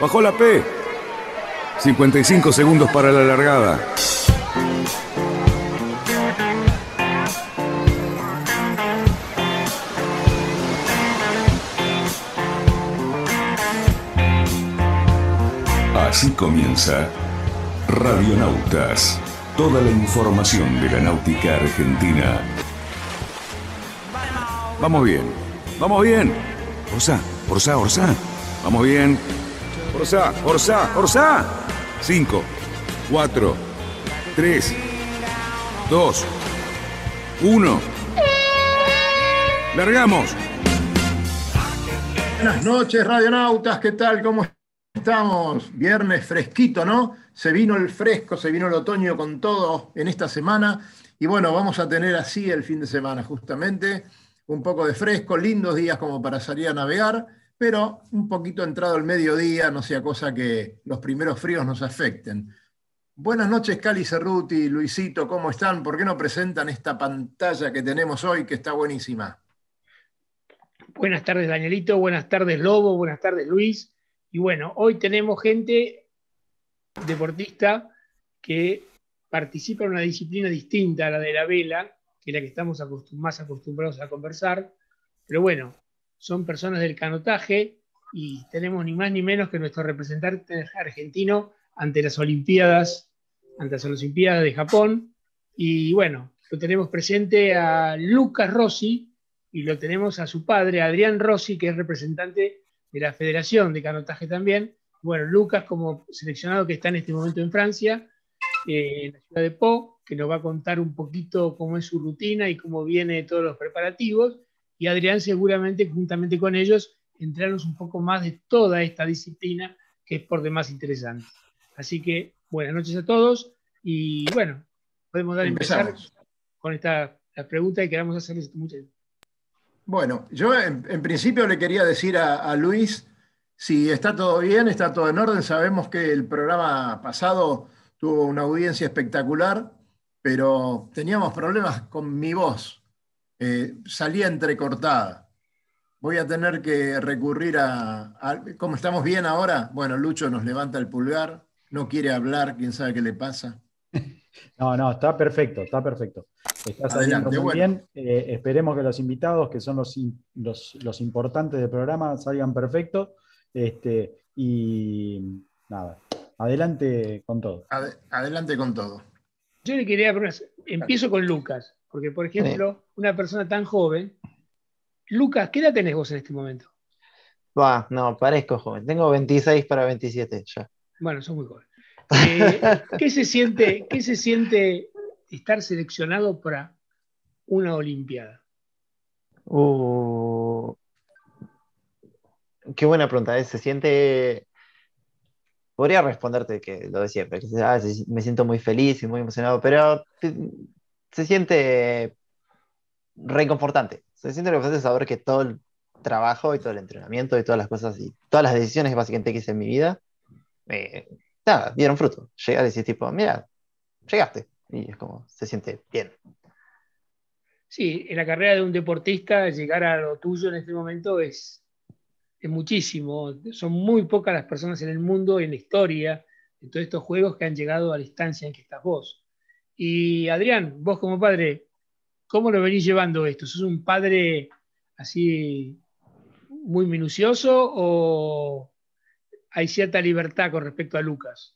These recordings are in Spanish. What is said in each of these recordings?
Bajó la P. 55 segundos para la largada. Así comienza Radionautas. Toda la información de la náutica argentina. Vamos bien. Vamos bien. Orsá, orsá, orsá. Vamos bien. Orsá, orsá, orsá. 5, 4, 3, 2, 1. ¡Largamos! Buenas noches, radionautas. ¿Qué tal? ¿Cómo estamos? Viernes fresquito, ¿no? Se vino el fresco, se vino el otoño con todo en esta semana. Y bueno, vamos a tener así el fin de semana, justamente. Un poco de fresco, lindos días como para salir a navegar, pero un poquito entrado el mediodía, no sea cosa que los primeros fríos nos afecten. Buenas noches, Cali Cerruti, Luisito, ¿cómo están? ¿Por qué no presentan esta pantalla que tenemos hoy, que está buenísima? Buenas tardes, Danielito, buenas tardes, Lobo, buenas tardes, Luis. Y bueno, hoy tenemos gente deportista que participa en una disciplina distinta a la de la vela, que es la que estamos más acostumbrados a conversar. Pero bueno, son personas del canotaje y tenemos ni más ni menos que nuestro representante argentino ante las Olimpiadas de Japón. Y bueno, lo tenemos presente a Lucas Rossi y lo tenemos a su padre, Adrián Rossi, que es representante de la Federación de Canotaje también. Bueno, Lucas como seleccionado que está en este momento en Francia, en la ciudad de Pau, que nos va a contar un poquito cómo es su rutina y cómo viene todos los preparativos. Y Adrián seguramente, juntamente con ellos, entrarnos un poco más de toda esta disciplina que es por demás interesante. Así que buenas noches a todos y bueno, podemos empezar con la pregunta que queramos hacerles muchas. Bueno, yo en principio le quería decir a Luis si está todo bien, está todo en orden. Sabemos que el programa pasado tuvo una audiencia espectacular, pero teníamos problemas con mi voz. Salía entrecortada. Voy a tener que recurrir ¿Cómo estamos bien ahora? Bueno, Lucho nos levanta el pulgar, no quiere hablar, quién sabe qué le pasa. No, está perfecto, está perfecto. Está saliendo Adelante, muy bueno. bien. Esperemos que los invitados, que son los importantes del programa, salgan perfectos. Y nada, adelante con todo. Adelante con todo. Yo le quería preguntar, empiezo con Lucas, porque por ejemplo, una persona tan joven. Lucas, ¿qué edad tenés vos en este momento? No, parezco joven. Tengo 26 para 27 ya. Bueno, sos muy joven. ¿Qué se siente estar seleccionado para una Olimpiada? Qué buena pregunta. Se siente... Podría responderte que lo de siempre. Me siento muy feliz y muy emocionado, pero se siente reconfortante. Se siente reconfortante saber que todo el trabajo y todo el entrenamiento y todas las cosas y todas las decisiones básicamente que hice en mi vida, nada, dieron fruto. Llegar y decir tipo, mira, llegaste. Y es como, se siente bien. Sí, en la carrera de un deportista, llegar a lo tuyo en este momento es muchísimo. Son muy pocas las personas en el mundo, en la historia, de todos estos juegos que han llegado a la instancia en que estás vos. Y Adrián, vos como padre, ¿cómo lo venís llevando esto? ¿Sos un padre así muy minucioso o hay cierta libertad con respecto a Lucas?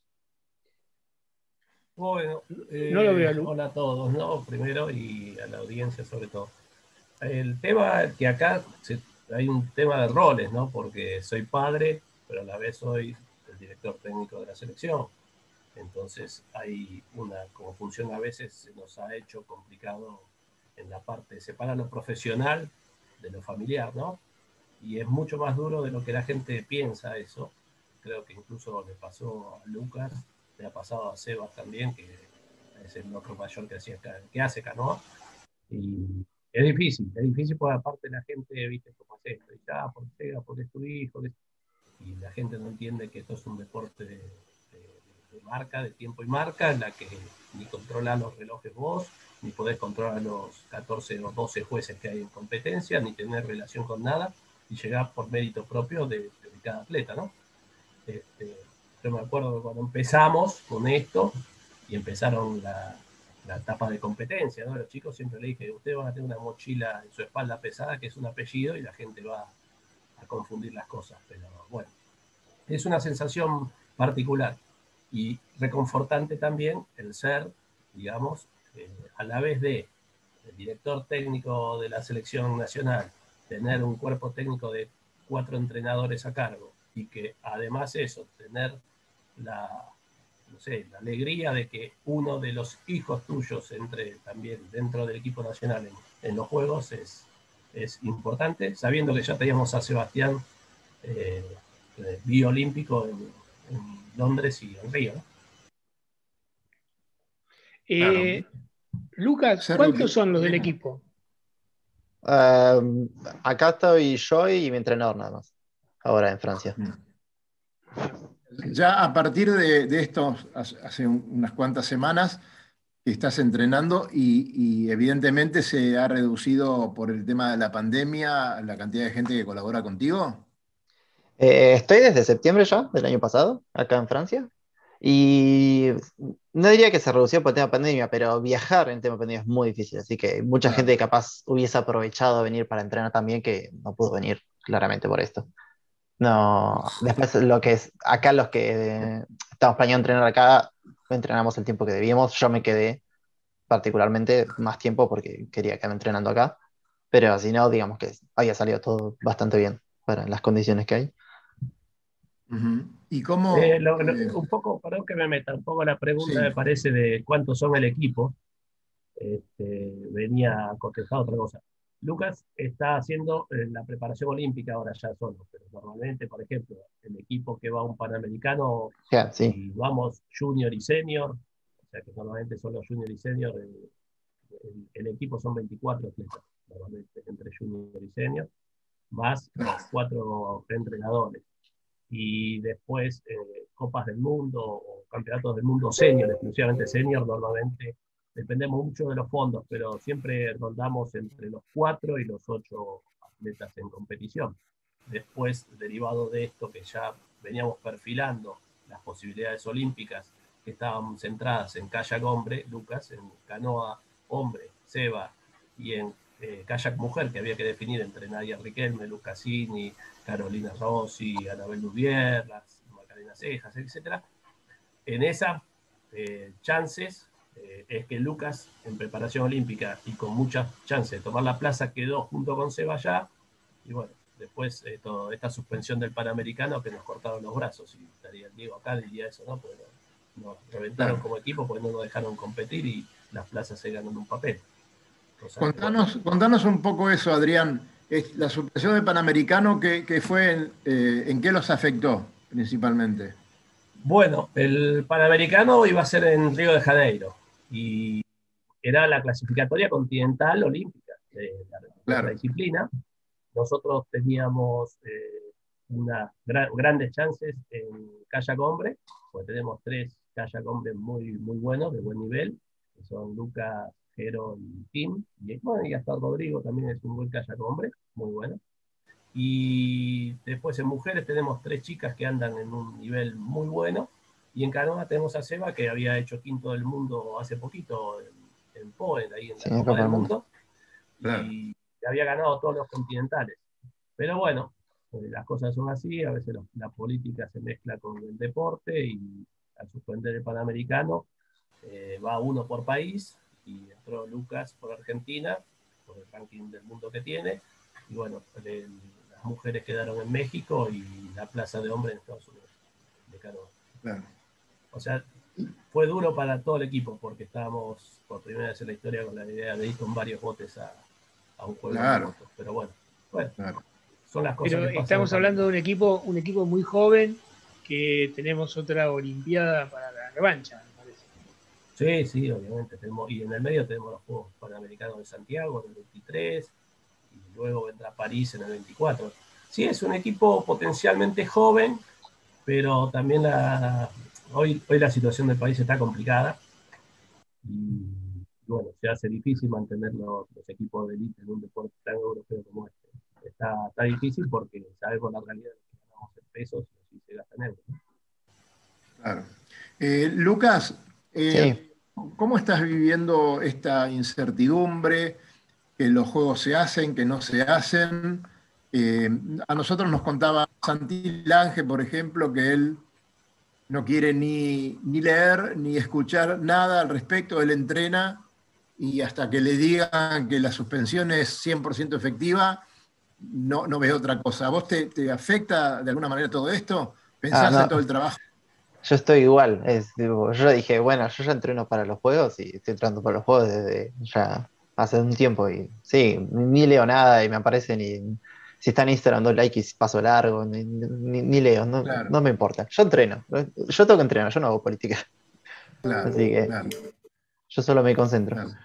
Bueno, no lo veo, Lucas. Hola a todos, ¿no? Primero y a la audiencia sobre todo. El tema es que acá hay un tema de roles, ¿no? Porque soy padre, pero a la vez soy el director técnico de la selección. Entonces hay como función a veces se nos ha hecho complicado en la parte, separar lo profesional de lo familiar, ¿no? Y es mucho más duro de lo que la gente piensa eso. Creo que incluso le pasó a Lucas, le ha pasado a Sebas también, que es el otro mayor que hace canoa. Y es difícil porque aparte la gente, viste cómo es esto, y porque es tu hijo, y la gente no entiende que esto es un deporte de marca, de tiempo y marca, en la que ni controlas los relojes vos, ni podés controlar los 14 o 12 jueces que hay en competencia, ni tener relación con nada, y llegar por mérito propio de cada atleta, ¿no? Yo me acuerdo que cuando empezamos con esto y empezaron la etapa de competencia, ¿no? Los chicos siempre le dije, ustedes van a tener una mochila en su espalda pesada que es un apellido y la gente va a confundir las cosas, pero bueno, es una sensación particular y reconfortante también el ser, digamos, a la vez de el director técnico de la selección nacional, tener un cuerpo técnico de 4 entrenadores a cargo y que además eso, tener la, no sé, la alegría de que uno de los hijos tuyos entre también dentro del equipo nacional en los Juegos es importante, sabiendo que ya teníamos a Sebastián eh, biolímpico en Londres y en Río, ¿no? Eh, Lucas, Ser ¿cuántos son los del bien. equipo? Acá estoy yo y mi entrenador nada más, ahora en Francia. Ya a partir de estos, hace unas cuantas semanas, estás entrenando y evidentemente se ha reducido por el tema de la pandemia la cantidad de gente que colabora contigo. Estoy desde septiembre ya del año pasado, acá en Francia, y no diría que se redució por el tema pandemia, pero viajar en tema pandemia es muy difícil, así que mucha gente Claro, que capaz hubiese aprovechado venir para entrenar también, que no pudo venir claramente por esto. No, después lo que es, acá los que estamos planeando entrenar acá, entrenamos el tiempo que debíamos, yo me quedé particularmente más tiempo porque quería quedarme entrenando acá, pero si no, digamos que había salido todo bastante bien para las condiciones que hay. Ujú. ¿Y cómo? Un poco, perdón que me meta, un poco la pregunta me Sí, parece de cuántos son el equipo, venía contestado otra cosa. Lucas está haciendo la preparación olímpica ahora ya solo, pero normalmente, por ejemplo, el equipo que va a un Panamericano, Ya, sí. si vamos junior y senior, o sea que normalmente son los junior y senior, el equipo son 24 atletas, normalmente entre junior y senior, más los 4 entrenadores. Y después Copas del Mundo o Campeonatos del Mundo senior, exclusivamente senior, normalmente dependemos mucho de los fondos, pero siempre rondamos entre los 4 y los 8 atletas en competición. Después, derivado de esto que ya veníamos perfilando las posibilidades olímpicas que estaban centradas en kayak hombre, Lucas, en canoa hombre, Seba, y en kayak mujer, que había que definir entre Nadia Riquelme, Lucasini, Carolina Rossi, Anabel Duvier, las Macarena Cejas, etc. En esas chances es que Lucas, en preparación olímpica y con muchas chances de tomar la plaza, quedó junto con Seba ya. Y bueno, después toda esta suspensión del Panamericano que nos cortaron los brazos. Y estaría el Diego acá, diría eso, ¿no? Porque nos reventaron claro. como equipo porque no nos dejaron competir y las plazas se ganan un papel. Cosa que, bueno, Contanos un poco eso, Adrián. La suspensión del Panamericano, ¿qué fue, en qué los afectó principalmente? bueno, el Panamericano iba a ser en Río de Janeiro y era la clasificatoria continental olímpica de nuestra Claro, disciplina. Nosotros teníamos grandes chances en kayak hombre, porque tenemos 3 kayak hombres muy buenos, de buen nivel, que son Lucas, Jero y Tim, y, bueno, y hasta Rodrigo también es un buen kayak hombre, muy bueno. Y después en mujeres tenemos 3 chicas que andan en un nivel muy bueno. Y en canoa tenemos a Seba, que había hecho quinto del mundo hace poquito en Poen, ahí en Sí, la en Copa Copa del del Mundo. Mundo, claro. y había ganado todos los continentales. Pero bueno, las cosas son así, a veces la política se mezcla con el deporte y al suspender el Panamericano va uno por país y entró Lucas por Argentina, por el ranking del mundo que tiene, y bueno, las mujeres quedaron en México y la plaza de hombres en Estados Unidos, de canoa. Claro. O sea, fue duro para todo el equipo porque estábamos por primera vez en la historia con la idea de ir con varios botes a un juego Claro, remoto. Pero bueno, claro. son las cosas Pero que pasan en estamos hablando pandemia. de un equipo muy joven que tenemos otra Olimpiada para la revancha, me parece. Sí, sí, obviamente. Y en el medio tenemos los Juegos Panamericanos de Santiago en el 23 y luego vendrá París en el 24. Sí, es un equipo potencialmente joven, pero también hoy la situación del país está complicada y bueno, se hace difícil mantener los equipos de élite en un deporte tan europeo como este. Está difícil porque sabemos la realidad de que ganamos en pesos y así se gasta en euros. Claro. Lucas, Sí. ¿cómo estás viviendo esta incertidumbre, que los juegos se hacen, que no se hacen? Eh, a nosotros nos contaba Santi Lange, por ejemplo, que él no quiere ni leer ni escuchar nada al respecto, él entrena y hasta que le digan que la suspensión es 100% efectiva, no ve otra cosa. ¿A vos te afecta de alguna manera todo esto? Ah, ¿Pensás en no, todo el trabajo? yo estoy igual. Yo dije, bueno, yo ya entreno para los juegos y estoy entrenando para los juegos desde ya hace un tiempo. Y sí, ni leo nada y me aparece ni si está en Instagram, doy like y paso largo, ni leo, Claro, no me importa. Yo entreno. Yo tengo que entrenar, yo no hago política. claro, Así que claro, yo solo me concentro. claro.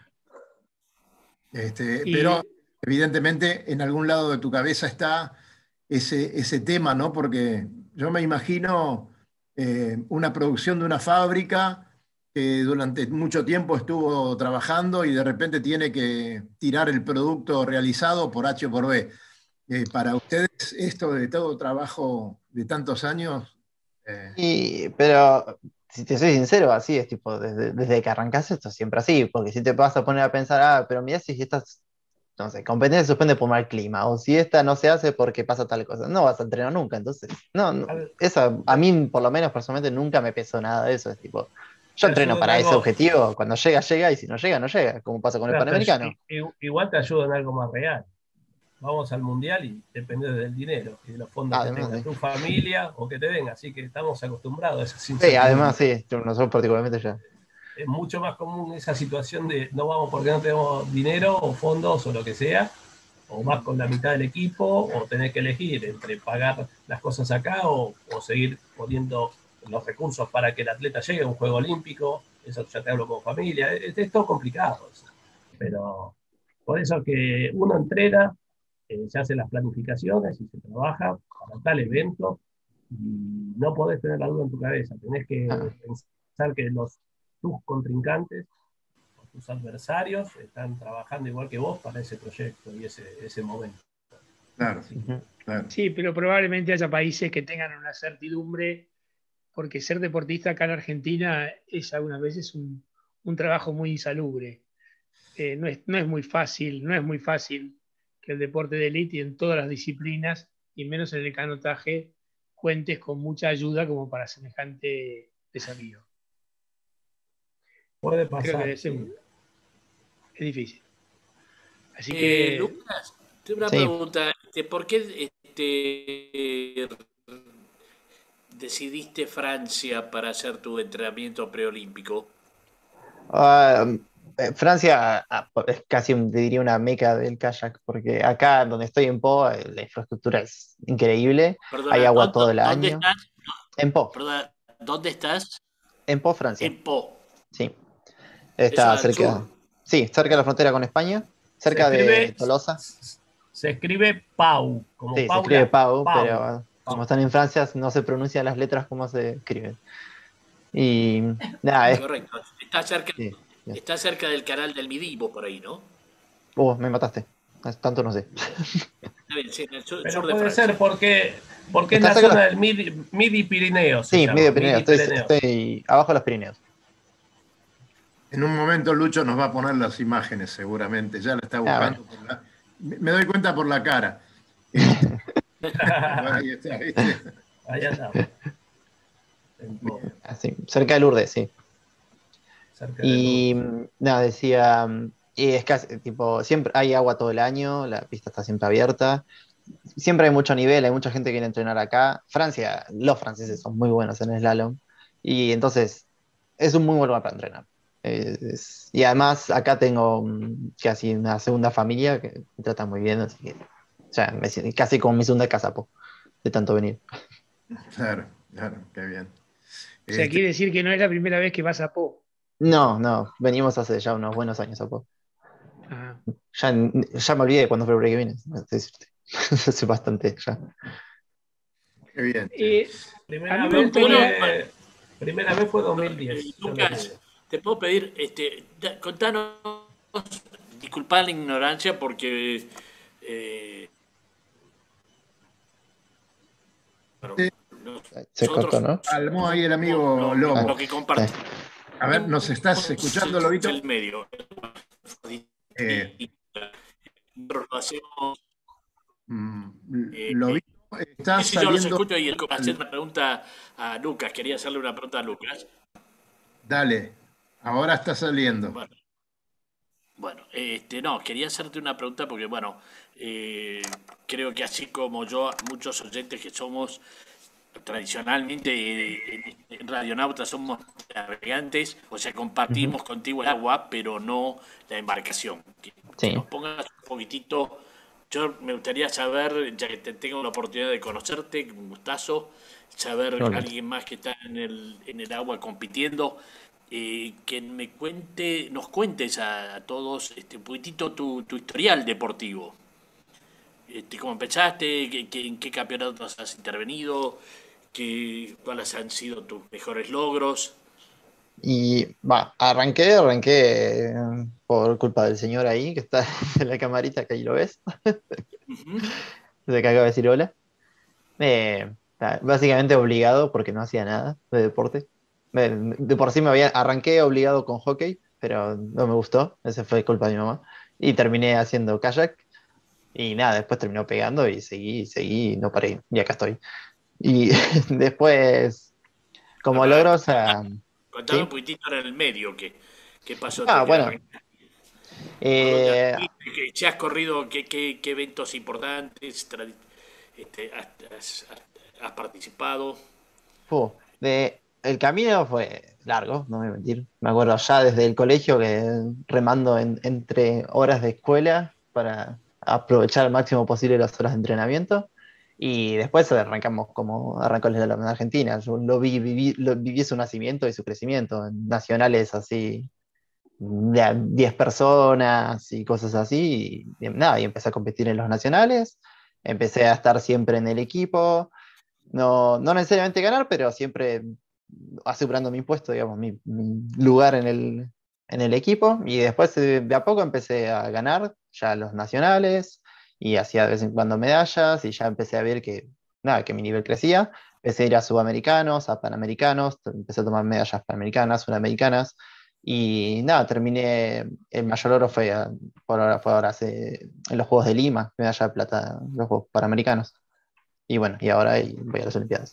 Pero Y evidentemente en algún lado de tu cabeza está ese tema, ¿no? Porque yo me imagino una producción de una fábrica que durante mucho tiempo estuvo trabajando y de repente tiene que tirar el producto realizado por H o por B. Para ustedes, esto de todo trabajo de tantos años, eh, Pero si te soy sincero, así es, tipo, desde que arrancás esto es siempre así, porque si te vas a poner a pensar, pero mira si estas, no sé, competencia se suspende por mal clima, o si esta no se hace porque pasa tal cosa, no vas a entrenar nunca, entonces, no, Al- eso a mí, por lo menos personalmente, nunca me pesó nada de eso, es tipo, yo Te entreno ayuda en para ese algo, objetivo, cuando llega, llega, y si no llega, no llega, como pasa con el claro, Panamericano. igual te ayuda en algo más real. Vamos al mundial y depende del dinero y de los fondos que Además, tenga sí. tu familia o que te den. Así que estamos acostumbrados a esas Sí, además, incertidumbres. sí, nosotros particularmente ya. Es mucho más común esa situación de no vamos porque no tenemos dinero o fondos o lo que sea, o vas con la mitad del equipo, o tenés que elegir entre pagar las cosas acá o seguir poniendo los recursos para que el atleta llegue a un juego olímpico. Eso ya te hablo con familia. Es todo complicado eso. Pero por eso que uno entrena, se hacen las planificaciones y se trabaja para tal evento y no podés tener la duda en tu cabeza. Tenés que Ah, pensar que tus contrincantes, tus adversarios, están trabajando igual que vos para ese proyecto y ese momento. claro, Así que, ujú. claro. sí, pero probablemente haya países que tengan una certidumbre, porque ser deportista acá en Argentina es algunas veces un trabajo muy insalubre. No es muy fácil, no es muy fácil que el deporte de élite en todas las disciplinas, y menos en el canotaje, cuentes con mucha ayuda como para semejante desafío. puede Creo que pasar, sí. es difícil. Así que Lucas, tengo una Sí. pregunta. ¿Por qué decidiste Francia para hacer tu entrenamiento preolímpico? Ah, Francia es casi, te diría, una meca del kayak, porque acá donde estoy en Po, la infraestructura es increíble, hay Perdona, agua todo el ¿dónde año. estás? En Po, Perdona, ¿dónde estás? en Po, Francia, En Po. sí. Eso Está al cerca, sur. sí, cerca de la frontera con España, Se cerca de escribe, Tolosa. se escribe Pau, como Sí, se escribe Paula. Pau, Pau. pero como Pau. están en Francia no se pronuncian las letras como se escriben. Y nada, Correcto. sí, bien. Está cerca del canal del Midi, vos por ahí, ¿no? Me mataste. Tanto no sé. Está bien, sí, en el sur Pero de puede ser Francia. porque es Está la cerca de zona los... del Midi Pirineo, se Sí, llama. medio Pirineo, Midi Pirineo. estoy abajo de los Pirineos. En un momento Lucho nos va a poner las imágenes, seguramente. Ya la está Ah, bueno. buscando. Me doy cuenta por la cara. Este, bueno, ahí está, ¿viste? Ahí andamos, Así, cerca de Lourdes, sí. cerca de Y Lourdes. nada, decía, y es casi, tipo, siempre hay agua todo el año, la pista está siempre abierta, siempre hay mucho nivel, hay mucha gente que quiere entrenar acá. Francia, los franceses son muy buenos en el slalom, y entonces es un muy buen lugar para entrenar. Y además acá tengo casi una segunda familia que me trata muy bien, así que ya me siento casi como mi segunda casa, po, de tanto venir. Claro, claro, qué bien. o sea, Este, quiere decir que no es la primera vez que vas a Po. No, venimos hace ya unos buenos años a Po. Ajá. Ya me olvidé de cuándo fue el break que vine, no sé decirte. Hace bastante ya. qué bien, che. A Primera mí me vez Bueno, gustaría, fue 2010. Yo lo Lucas, tuve. te puedo pedir, contanos, disculpad la ignorancia porque eh, bueno, Se cortó, nosotros ¿no? Calmó ahí el amigo Lobo. lo que compartimos A ver, ¿nos estás escuchando, Lobito? el medio. Eh, Nosotros lo hacemos. Lobito está Sí, yo los saliendo. escucho y hacer una pregunta a Lucas. Quería hacerle una pregunta a Lucas. Dale, ahora está saliendo. Bueno, no, quería hacerte una pregunta porque, bueno, creo que así como yo, muchos oyentes que somos tradicionalmente radionautas somos navegantes, o sea, compartimos contigo el agua, pero no la embarcación. Que Sí. nos pongas un poquitito, yo me gustaría saber, ya que tengo la oportunidad de conocerte, un gustazo, saber Hola. alguien más que está en el agua compitiendo, que nos cuentes a todos un poquitito tu historial deportivo. ¿Cómo empezaste? ¿En qué campeonatos has intervenido? ¿Cuáles han sido tus mejores logros? Y arranqué por culpa del señor ahí, que está en la camarita, que ahí lo ves, Ujú. de que acaba de decir hola. Básicamente obligado porque no hacía nada de deporte. De por sí arranqué obligado con hockey, pero no me gustó, ese fue culpa de mi mamá. Y terminé haciendo kayak y nada, después terminó pegando y seguí, no paré, y acá estoy. Y después, como Pará, logro, o sea, contame un ¿sí? poquitito en el medio qué pasó que Bueno, arrancaste. ¿Por dónde eh, anduviste? Si has corrido, qué eventos importantes has participado? el camino fue largo, no me voy a mentir. Me acuerdo ya desde el colegio que remando entre horas de escuela para aprovechar al máximo posible las horas de entrenamiento. Y después arrancamos como arrancó la Argentina. Yo viví su nacimiento y su crecimiento en nacionales así de a 10 personas y cosas así. Y empecé a competir en los nacionales. Empecé a estar siempre en el equipo. No necesariamente ganar, pero siempre asegurando mi puesto, digamos, mi lugar en el equipo. Y después de a poco empecé a ganar ya los nacionales y hacía de vez en cuando medallas y ya empecé a ver que mi nivel crecía. Empecé a ir a sudamericanos, a panamericanos, empecé a tomar medallas panamericanas, sudamericanas. Y nada, terminé, el mayor oro fue ahora en los Juegos de Lima, medalla de plata en los Juegos Panamericanos. Y bueno, y ahora voy a las Olimpiadas.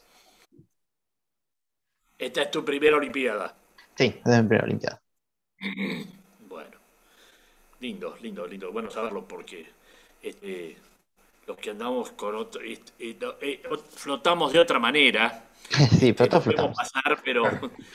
Esta es tu primera Olimpiada. Sí, es mi primera Olimpiada. Bueno, lindo. Bueno saberlo porque los que andamos con otro, flotamos de otra manera. Sí, pero Lo todos podemos flotamos. pasar, pero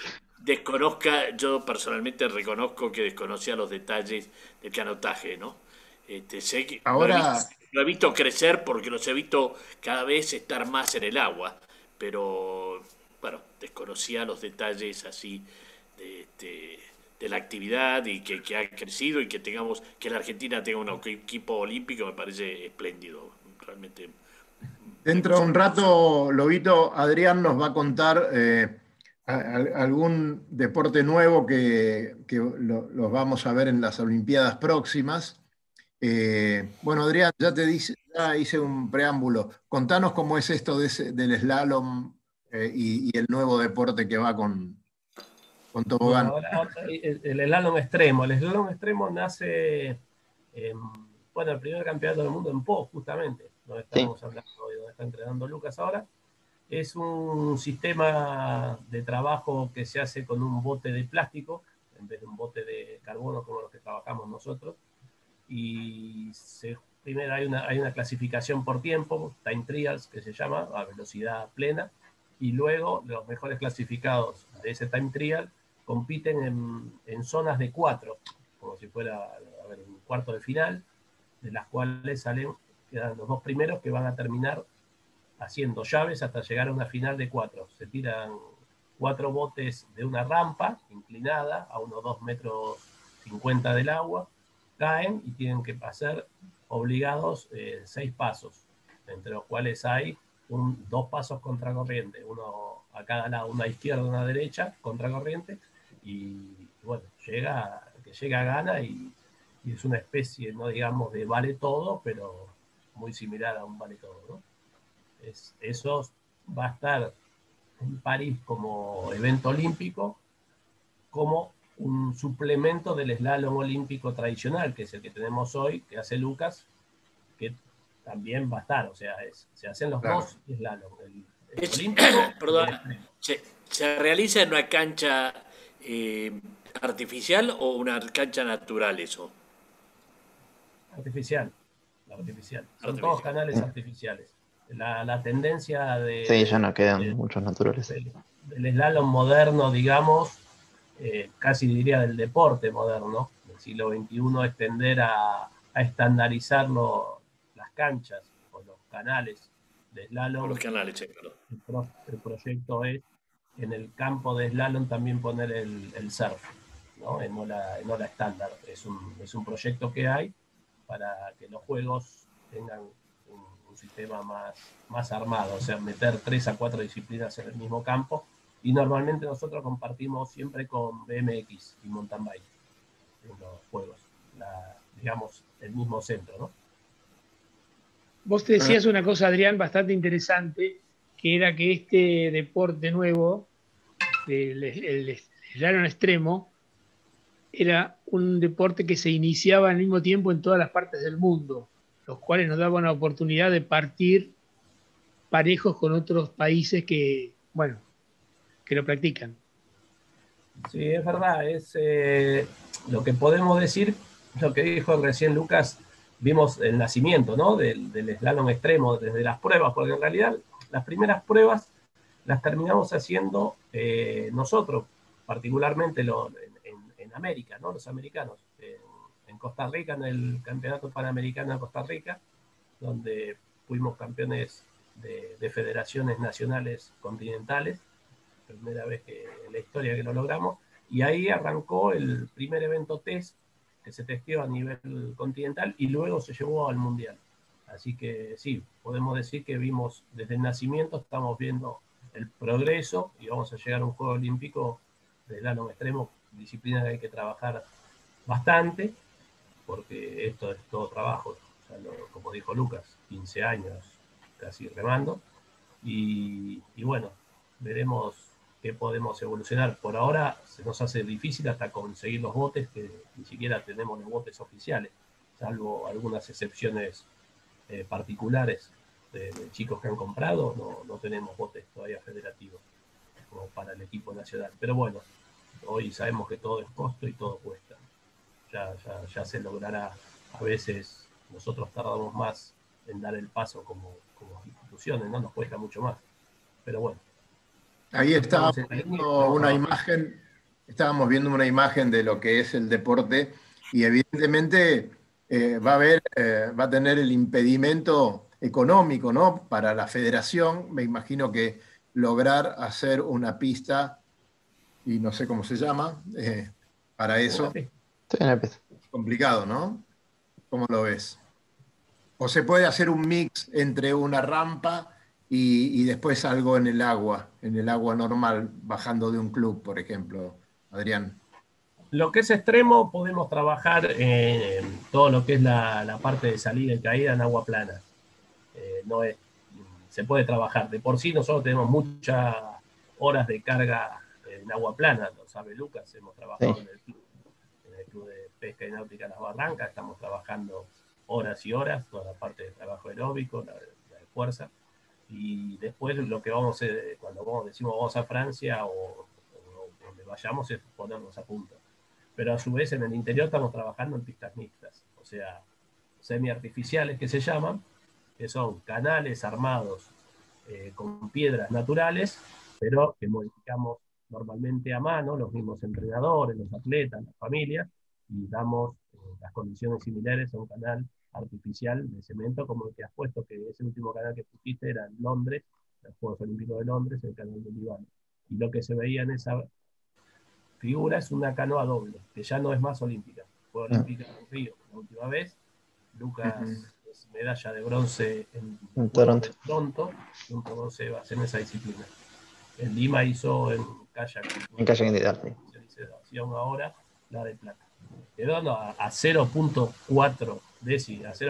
yo personalmente reconozco que desconocía los detalles del canotaje, ¿no? Sé que Ahora, lo he visto crecer porque los he visto cada vez estar más en el agua, pero bueno, desconocía los detalles así de la actividad y que ha crecido y que la Argentina tenga un equipo olímpico me parece espléndido, realmente. dentro de un rato, Lobito, Adrián nos va a contar algún deporte nuevo que los vamos a ver en las Olimpiadas próximas. Bueno, Adrián, ya hice un preámbulo. Contanos cómo es esto del slalom y el nuevo deporte que va con Bueno, tobogán. ahora el slalom extremo. El slalom extremo nace, bueno, el primer campeonato del mundo en Po, justamente, donde Sí, estamos hablando hoy, donde está entrenando Lucas ahora. Es un sistema de trabajo que se hace con un bote de plástico, en vez de un bote de carbono como los que trabajamos nosotros. Y primero hay una clasificación por tiempo, time trials, que se llama, a velocidad plena, y luego los mejores clasificados de ese time trial compiten en zonas de 4, como si fuera un cuarto de final, de las cuales quedan los dos primeros que van a terminar haciendo llaves hasta llegar a una final de 4. Se tiran 4 botes de una rampa inclinada a unos 2 metros 50 del agua, caen y tienen que pasar obligados 6 pasos, entre los cuales hay 2 pasos contracorriente, uno a cada lado, una izquierda y una derecha, contracorriente, y bueno, llega gana y es una especie, no digamos de vale todo, pero muy similar a un vale todo, ¿no? Eso va a estar en París como evento olímpico, como un suplemento del slalom olímpico tradicional, que es el que tenemos hoy, que hace Lucas, que también va a estar, o sea, se hacen los dos slalom, el olímpico Perdón, y el extremo. ¿se realiza en una cancha artificial o una cancha natural eso? Artificial. Son todos canales artificiales. La tendencia Sí, ya no quedan muchos naturales. del slalom moderno, digamos, casi diría del deporte moderno, del siglo XXI, es tender a estandarizar las canchas o los canales de slalom. Los canales, claro. El proyecto es en el campo de slalom también poner el surf, ¿no? En ola estándar. Es un proyecto que hay para que los juegos tengan un sistema más armado, o sea, meter 3 a 4 disciplinas en el mismo campo, y normalmente nosotros compartimos siempre con BMX y mountain bike en los juegos, digamos, el mismo centro, ¿no? Vos te decías una cosa, Adrián, bastante interesante, que era que este deporte nuevo, el slalom extremo, era un deporte que se iniciaba al mismo tiempo en todas las partes del mundo, los cuales nos daban la oportunidad de partir parejos con otros países que, bueno, que lo practican. Sí, es verdad, es lo que podemos decir, lo que dijo recién Lucas, vimos el nacimiento, ¿no? del slalom extremo desde las pruebas, porque en realidad las primeras pruebas las terminamos haciendo nosotros, particularmente en América, ¿no? Los americanos, en Costa Rica, en el Campeonato Panamericano de Costa Rica, donde fuimos campeones de federaciones nacionales continentales, primera vez en la historia que lo logramos, y ahí arrancó el primer evento test que se testeó a nivel continental y luego se llevó al mundial. Así que sí, podemos decir que vimos desde el nacimiento, estamos viendo el progreso y vamos a llegar a un juego olímpico de slalom extremo, disciplina que hay que trabajar bastante, porque esto es todo trabajo, o sea, como dijo Lucas, 15 años casi remando, y bueno, veremos qué podemos evolucionar. Por ahora se nos hace difícil hasta conseguir los botes, que ni siquiera tenemos los botes oficiales, salvo algunas excepciones particulares de chicos que han comprado, no tenemos botes todavía federativos como para el equipo nacional. Pero bueno, hoy sabemos que todo es costo y todo cuesta. Ya se logrará. A veces nosotros tardamos más en dar el paso como instituciones, ¿no? Nos cuesta mucho más. Pero bueno. Ahí estábamos viendo una imagen de lo que es el deporte y evidentemente va a tener el impedimento económico, ¿no? Para la federación, me imagino que lograr hacer una pista, y no sé cómo se llama, para eso, es complicado, ¿no? ¿Cómo lo ves? ¿O se puede hacer un mix entre una rampa y después algo en el agua normal, bajando de un club, por ejemplo, Adrián? Lo que es extremo, podemos trabajar en todo lo que es la parte de salida y caída en agua plana. Se puede trabajar. De por sí nosotros tenemos muchas horas de carga en agua plana, lo sabe Lucas, hemos trabajado en el club de pesca y náutica Las Barrancas, estamos trabajando horas y horas, toda la parte de trabajo aeróbico, la de fuerza, y después lo que vamos a hacer, cuando decimos vamos a Francia o donde vayamos, es ponernos a punto. Pero a su vez en el interior estamos trabajando en pistas mixtas, o sea, semiartificiales que se llaman, que son canales armados con piedras naturales, pero que modificamos normalmente a mano, los mismos entrenadores, los atletas, las familias, y damos las condiciones similares a un canal artificial de cemento como el que has puesto, que ese último canal que pusiste era en Londres, los Juegos Olímpicos de Londres, el canal de Líbano. Y lo que se veía en esa figura es una canoa doble, que ya no es más olímpica. Fue olímpica en Río la última vez. Lucas es medalla de bronce en Toronto, junto con Sebas en esa disciplina. En Lima hizo en kayak. En kayak individual, sí. Ahora la de plata. Quedó a 0.4 décimas, a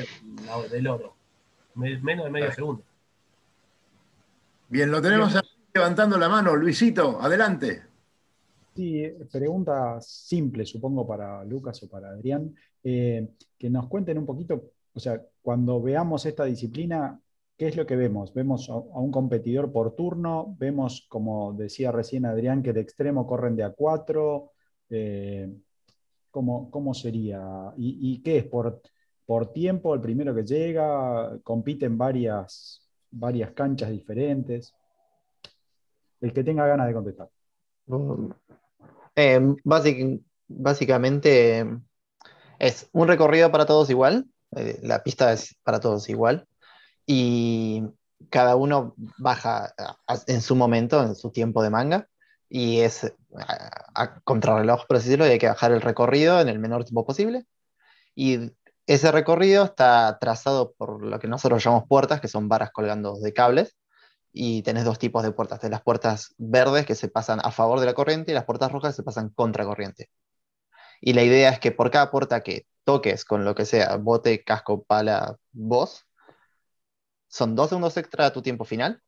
0.4 del oro. Menos de medio segundo. Bien, lo tenemos a levantando la mano. Luisito, adelante. Sí, pregunta simple, supongo, para Lucas o para Adrián, que nos cuenten un poquito, o sea, cuando veamos esta disciplina, ¿qué es lo que vemos? ¿Vemos a un competidor por turno? ¿Vemos, como decía recién Adrián, que de extremo corren de a 4? ¿Cómo sería? ¿Y qué es? ¿Por tiempo el primero que llega? ¿Compiten varias canchas diferentes? El que tenga ganas de contestar. Eh, básicamente es un recorrido para todos igual, la pista es para todos igual, y cada uno baja en su momento, en su tiempo de manga, y es a contrarreloj, por así decirlo, y hay que bajar el recorrido en el menor tiempo posible. Y ese recorrido está trazado por lo que nosotros llamamos puertas, que son varas colgando de cables, y tenés dos tipos de puertas. Tenés las puertas verdes que se pasan a favor de la corriente y las puertas rojas que se pasan contra corriente. Y la idea es que por cada puerta que toques con lo que sea, bote, casco, pala, voz, son 2 segundos extra a tu tiempo final.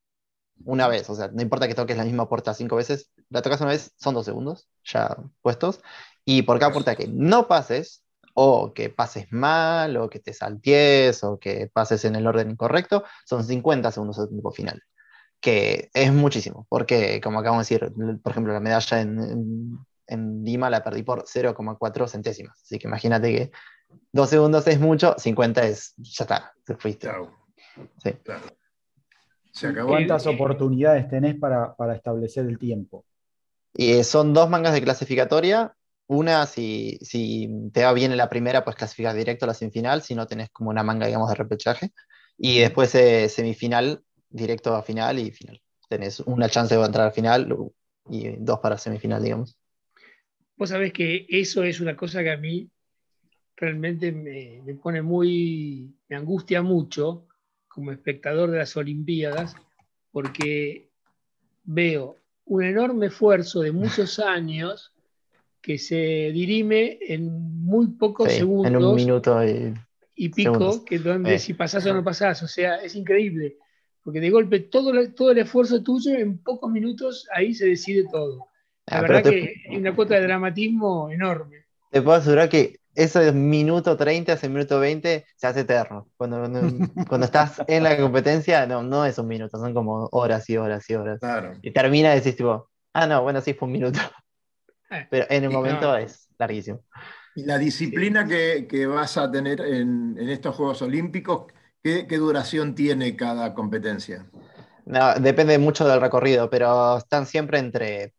Una vez, o sea, no importa que toques la misma puerta 5 veces, la tocas una vez, son 2 segundos ya puestos. Y por cada puerta que no pases, o que pases mal, o que te saltees, o que pases en el orden incorrecto, son 50 segundos de tiempo final. Que es muchísimo, porque como acabamos de decir, por ejemplo, la medalla en Lima la perdí por 0,4 centésimas. Así que imagínate que 2 segundos es mucho, 50 es, ya está, te fuiste. Chao. Sí. Claro. Se acabó. ¿Cuántas oportunidades tenés para establecer el tiempo? Y son 2 mangas de clasificatoria. Una, si te va bien en la primera, pues clasificas directo a la semifinal, si no tenés como una manga, digamos, de repechaje. Y después semifinal, directo a final y final. Tenés una chance de entrar a final y 2 para semifinal, digamos. Vos sabés que eso es una cosa que a mí realmente me pone me angustia mucho como espectador de las Olimpiadas, porque veo un enorme esfuerzo de muchos años que se dirime en muy pocos Sí, en un segundos minuto y segundos. pico, que donde si pasás o no pasás, o sea, es increíble, porque de golpe todo el esfuerzo tuyo en pocos minutos ahí se decide todo. La Pero verdad que hay una cuota de dramatismo enorme. te puedo asegurar que ese minuto 30, ese minuto 20 se hace eterno. Cuando estás en la competencia, no es un minuto, son como horas y horas y horas. Claro. Y termina y decís tipo, no, bueno, sí fue un minuto. Pero en el Y- momento no. es larguísimo. Y la disciplina que vas a tener en estos Juegos Olímpicos, ¿qué duración tiene cada competencia? No, depende mucho del recorrido, pero están siempre entre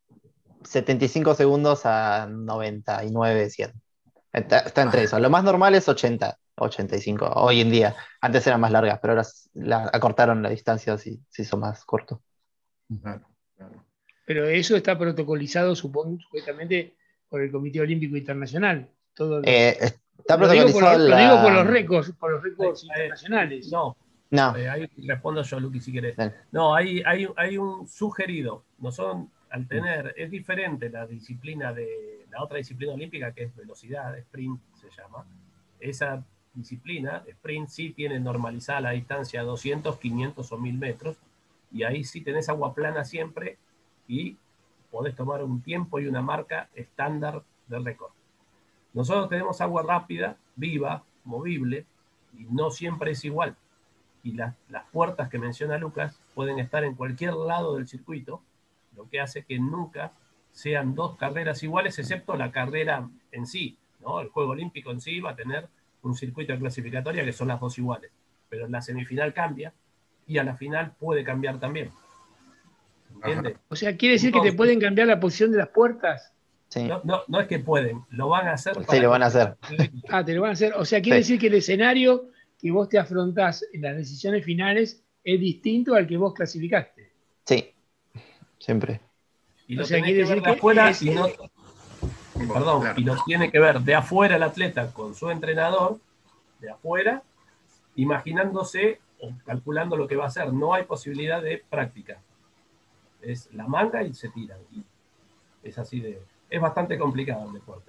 75 segundos a 99, 100. Está entre eso. Lo más normal es 80, 85, hoy en día. Antes eran más largas, pero ahora acortaron la distancia, se hizo más corto. Claro, claro. Pero eso está protocolizado, supongo, supuestamente por el Comité Olímpico Internacional. Está Lo digo protocolizado lo digo por los récords internacionales. No, No, ahí respondo yo, Luqui, si querés. dale. No, hay un sugerido. Nosotros, al tener, es diferente la disciplina de la otra disciplina olímpica, que es velocidad, sprint se llama. Esa disciplina, sprint, sí tiene normalizada la distancia a 200, 500 o 1000 metros, y ahí sí tenés agua plana siempre y podés tomar un tiempo y una marca estándar del récord. Nosotros tenemos agua rápida, viva, movible, y no siempre es igual. Y las puertas que menciona Lucas pueden estar en cualquier lado del circuito, lo que hace que nunca sean 2 carreras iguales, excepto la carrera en sí, ¿no? El Juego Olímpico en sí va a tener un circuito de clasificatoria que son las 2 iguales, pero en la semifinal cambia y a la final puede cambiar también. ¿Entiendes? O sea, quiere decir que te pueden cambiar la posición de las puertas. Sí. No es que pueden, lo van a hacer. Sí, lo van a hacer. Te lo van a hacer. O sea, quiere Sí. decir que el escenario que vos te afrontás en las decisiones finales es distinto al que vos clasificaste. Sí, siempre. Y lo O sea, tenés quiere que ver decir de que afuera es- y no. Perdón, Claro. y lo tiene que ver de afuera el atleta con su entrenador, de afuera, imaginándose o calculando lo que va a hacer. No hay posibilidad de práctica. Es la manga y se tiran. Y es así de. Es bastante complicado el deporte.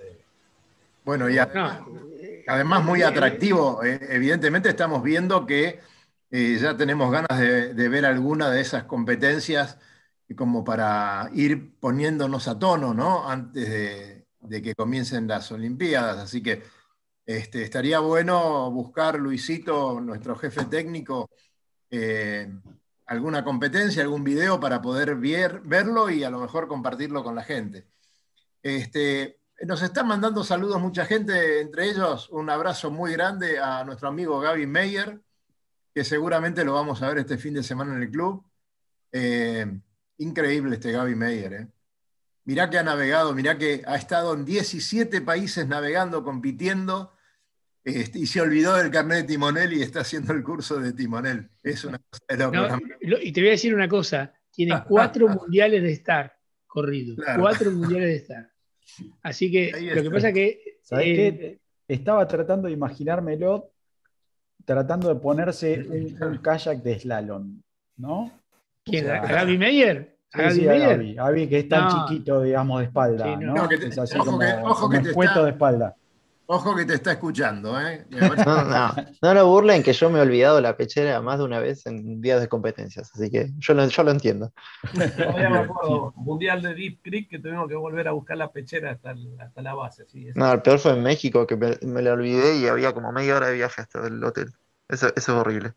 Bueno, y además, No, además muy atractivo. Evidentemente estamos viendo que Ya tenemos ganas de ver alguna de esas competencias como para ir poniéndonos a tono, ¿no? Antes de que comiencen las Olimpiadas. Así que estaría bueno buscar, Luisito, nuestro jefe técnico, eh, alguna competencia, algún video para poder verlo y a lo mejor compartirlo con la gente. Nos están mandando saludos mucha gente, entre ellos un abrazo muy grande a nuestro amigo Gaby Meyer, que seguramente lo vamos a ver este fin de semana en el club. Increíble este Gaby Meyer. Mirá que ha navegado, mirá que ha estado en 17 países navegando, compitiendo, y se olvidó del carnet de timonel y está haciendo el curso de timonel. Es una cosa de loco. No, y te voy a decir una cosa, tiene 4 mundiales de estar corridos, Claro. 4 mundiales de estar. Así que Ahí lo que está. pasa que... ¿Sabés qué? Estaba tratando de imaginármelo, tratando de ponerse un kayak de slalom, ¿no? ¿Quién? O sea, ¿A Gaby Meyer? ¿A Sí, Gaby sí, a Meyer? Gaby. Gaby, que es tan No. chiquito, digamos, de espalda, Sí, no. ¿no? No, que Es así ojo como, que- ojo como que te escueto está- de espalda. Ojo que te está escuchando, ¿eh? No lo burlen, que yo me he olvidado la pechera más de una vez en días de competencias, así que yo lo entiendo. Todavía me acuerdo, Mundial de Deep Creek, que tuvimos que volver a buscar la pechera hasta la base. Sí, No, el peor fue en México, que me la olvidé y había como media hora de viaje hasta el hotel. Eso es horrible.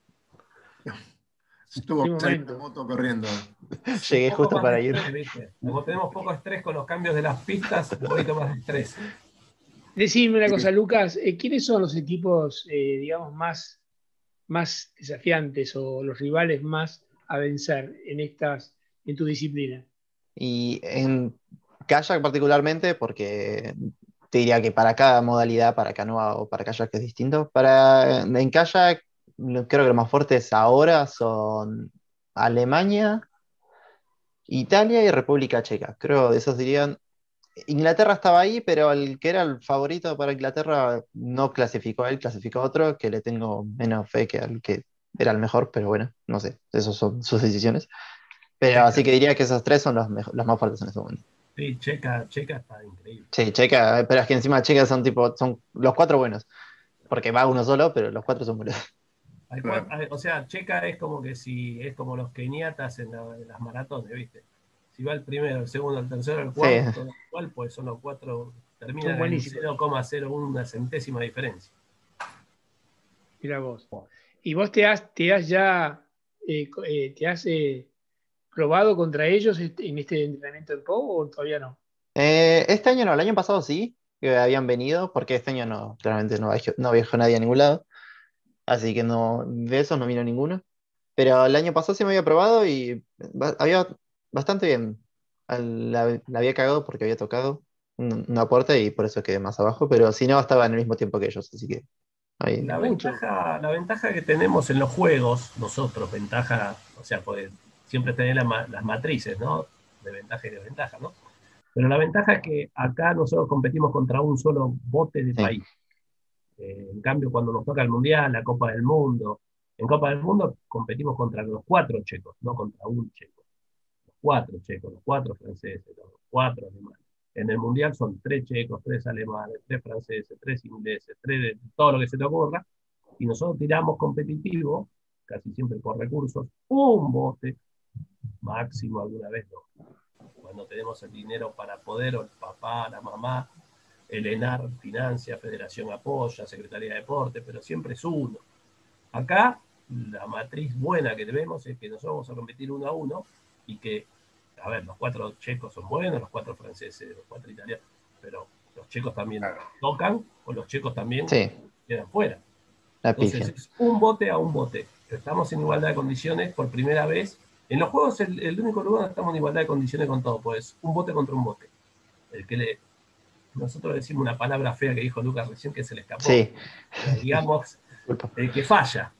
Estuvo Qué que salir momento. una moto corriendo. Llegué un poco justo más para de ir. estrés, ¿viste? Como tenemos poco estrés con los cambios de las pistas, un poquito más de estrés. Decime una cosa, Lucas, ¿quiénes son los equipos, digamos, más desafiantes o los rivales más a vencer en tu disciplina? Y en kayak particularmente, porque te diría que para cada modalidad, para canoa o para kayak es distinto. En kayak, creo que los más fuertes ahora son Alemania, Italia y República Checa. Creo de esos dirían. Inglaterra estaba ahí, pero el que era el favorito para Inglaterra no clasificó a él, clasificó a otro, que le tengo menos fe que al que era el mejor, pero bueno, no sé, esas son sus decisiones. Pero así que diría que esos tres son los más fuertes en este momento. Sí, Checa está increíble. Sí, Checa, pero es que encima Checa son los cuatro buenos, porque va uno solo, pero los cuatro son buenos. O sea, Checa es como que si es como los keniatas en las maratones, ¿viste? Si va el primero, el segundo, el tercero, el cuarto, todo igual, pues son los cuatro, terminan en buenísimos. 0,01, una centésima diferencia. Mira vos. ¿Y vos te has probado contra ellos en este entrenamiento en POW o todavía no? Este año no, el año pasado sí, que habían venido, porque este año no, claramente no viajó nadie a ningún lado, así que no, de esos no vino ninguno. Pero el año pasado sí me había probado y había bastante bien. La había cagado porque había tocado una puerta y por eso quedé más abajo, pero si no estaba en el mismo tiempo que ellos, así que ahí. La ventaja que tenemos en los juegos, nosotros, o sea, pues siempre tener las matrices, ¿no? De ventaja y desventaja, ¿no? Pero la ventaja es que acá nosotros competimos contra un solo bote de país. En cambio, cuando nos toca el Mundial, la Copa del Mundo, en Copa del Mundo competimos contra los 4 checos, no contra un checo. Los 4 checos, los 4 franceses, los 4 alemanes. En el Mundial son 3 checos, 3 alemanes, 3 franceses, 3 ingleses, 3 de todo lo que se te ocurra. Y nosotros tiramos competitivo, casi siempre por recursos, un bote, máximo alguna vez no. Cuando tenemos el dinero para poder, o el papá, la mamá, el ENAR financia, Federación apoya, Secretaría de Deporte, pero siempre es uno. Acá, la matriz buena que tenemos es que nosotros vamos a competir 1 a 1 y que, a ver, los 4 checos son buenos, los 4 franceses, los 4 italianos, pero los checos también tocan o los checos también quedan fuera. Entonces, es un bote a un bote. Estamos en igualdad de condiciones por primera vez. En los juegos, el único lugar donde estamos en igualdad de condiciones con todo, pues un bote contra un bote. Nosotros decimos una palabra fea que dijo Lucas recién que se le escapó. Sí. Digamos, el que falla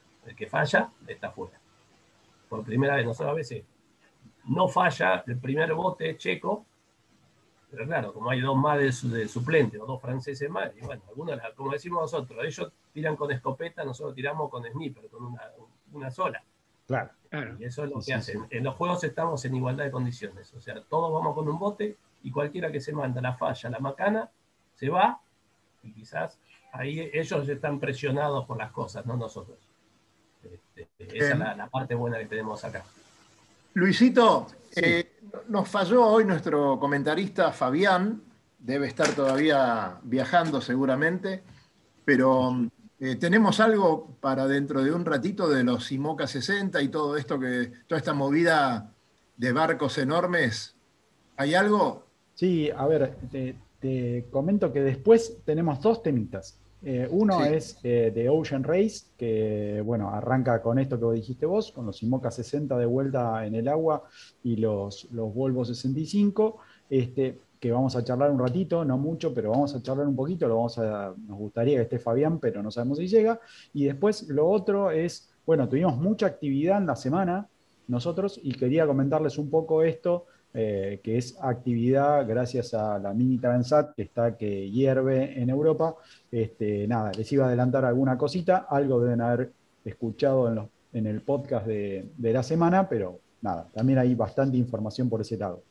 está fuera. Por primera vez, nosotros a veces no falla el primer bote checo, pero claro, como hay 2 más de suplente o 2 franceses más, y bueno, algunos, como decimos nosotros, ellos tiran con escopeta, nosotros tiramos con sniper, con una sola. Claro. Y eso es lo que hacen. Sí. En los juegos estamos en igualdad de condiciones, o sea, todos vamos con un bote y cualquiera que se manda la falla, la macana, se va y quizás ahí ellos están presionados por las cosas, no nosotros. Esa es la parte buena que tenemos acá. Luisito, Sí. nos falló hoy nuestro comentarista Fabián, debe estar todavía viajando seguramente, pero tenemos algo para dentro de un ratito de los IMOCA 60 y todo esto, toda esta movida de barcos enormes. ¿Hay algo? Sí, a ver, te comento que después tenemos dos temitas. Uno Sí. es de Ocean Race, que bueno, arranca con esto que vos dijiste vos, con los IMOCA 60 de vuelta en el agua y los Volvo 65, que vamos a charlar un ratito, no mucho, pero vamos a charlar un poquito, nos gustaría que esté Fabián, pero no sabemos si llega. Y después lo otro es, bueno, tuvimos mucha actividad en la semana nosotros y quería comentarles un poco esto que es actividad gracias a la mini Transat que hierve en Europa. Nada, les iba a adelantar alguna cosita, algo deben haber escuchado en el podcast de la semana, pero nada, también hay bastante información por ese lado.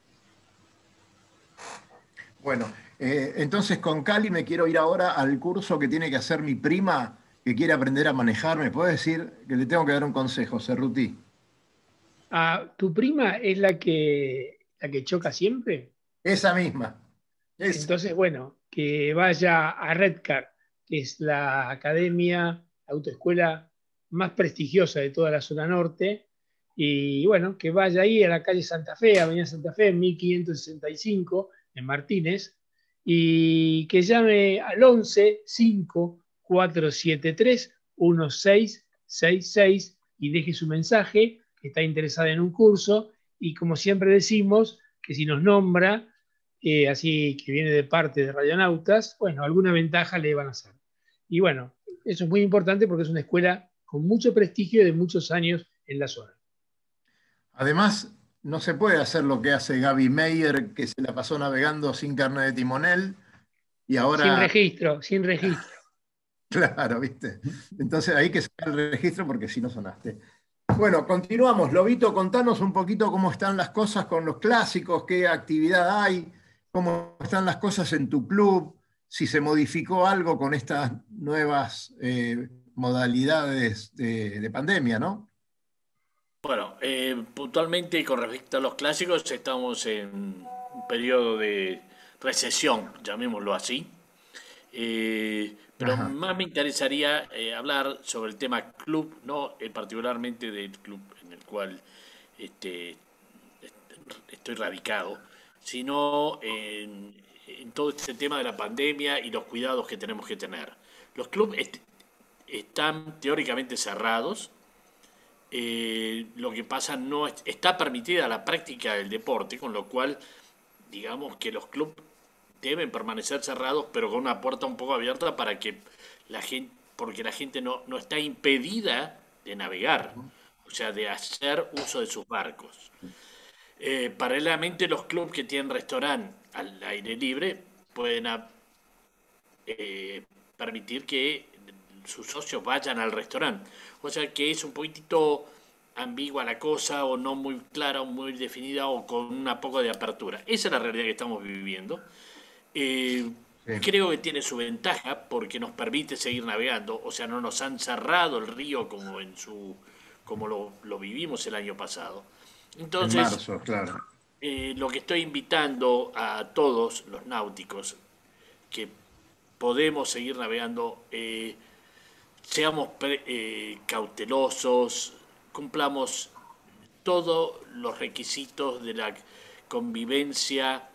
Bueno, entonces con Cali me quiero ir ahora al curso que tiene que hacer mi prima que quiere aprender a manejar. ¿Me puede decir que le tengo que dar un consejo, Cerruti? ¿Tu prima es la que choca siempre? Esa misma. Entonces, bueno, que vaya a Redcar, que es la academia, autoescuela más prestigiosa de toda la zona norte, y bueno, que vaya ahí a la calle Santa Fe, Avenida Santa Fe, 1565, en Martínez, y que llame al 11 5 473 1666 y deje su mensaje, que está interesada en un curso, y como siempre decimos, que si nos nombra, así que viene de parte de Radionautas, bueno, alguna ventaja le van a hacer. Y bueno, eso es muy importante porque es una escuela con mucho prestigio y de muchos años en la zona. Además, no se puede hacer lo que hace Gaby Meyer, que se la pasó navegando sin carnet de timonel y Sin ahora, registro, sin registro. claro, ¿viste? Entonces hay que sacar el registro porque si no sonaste. Bueno, continuamos. Lobito, contanos un poquito cómo están las cosas con los clásicos, qué actividad hay, cómo están las cosas en tu club, si se modificó algo con estas nuevas modalidades de pandemia, ¿no? Bueno, puntualmente con respecto a los clásicos, estamos en un periodo de recesión, llamémoslo así. Pero Ajá. más me interesaría hablar sobre el tema club, no particularmente del club en el cual este, estoy radicado, sino en todo este tema de la pandemia y los cuidados que tenemos que tener. Los clubes están teóricamente cerrados. Lo que pasa no está permitida la práctica del deporte, con lo cual digamos que los clubes deben permanecer cerrados, pero con una puerta un poco abierta para que la gente, porque la gente no está impedida de navegar, o sea, de hacer uso de sus barcos. Paralelamente, los clubes que tienen restaurante al aire libre pueden permitir que sus socios vayan al restaurante. O sea que es un poquitito ambigua la cosa, o no muy clara, o muy definida, o con una poco de apertura. Esa es la realidad que estamos viviendo. Eh, Sí. Creo que tiene su ventaja porque nos permite seguir navegando. O sea, no nos han cerrado el río como lo vivimos el año pasado. En Entonces, marzo, claro. lo que estoy invitando a todos los náuticos que podemos seguir navegando, seamos cautelosos, cumplamos todos los requisitos de la convivencia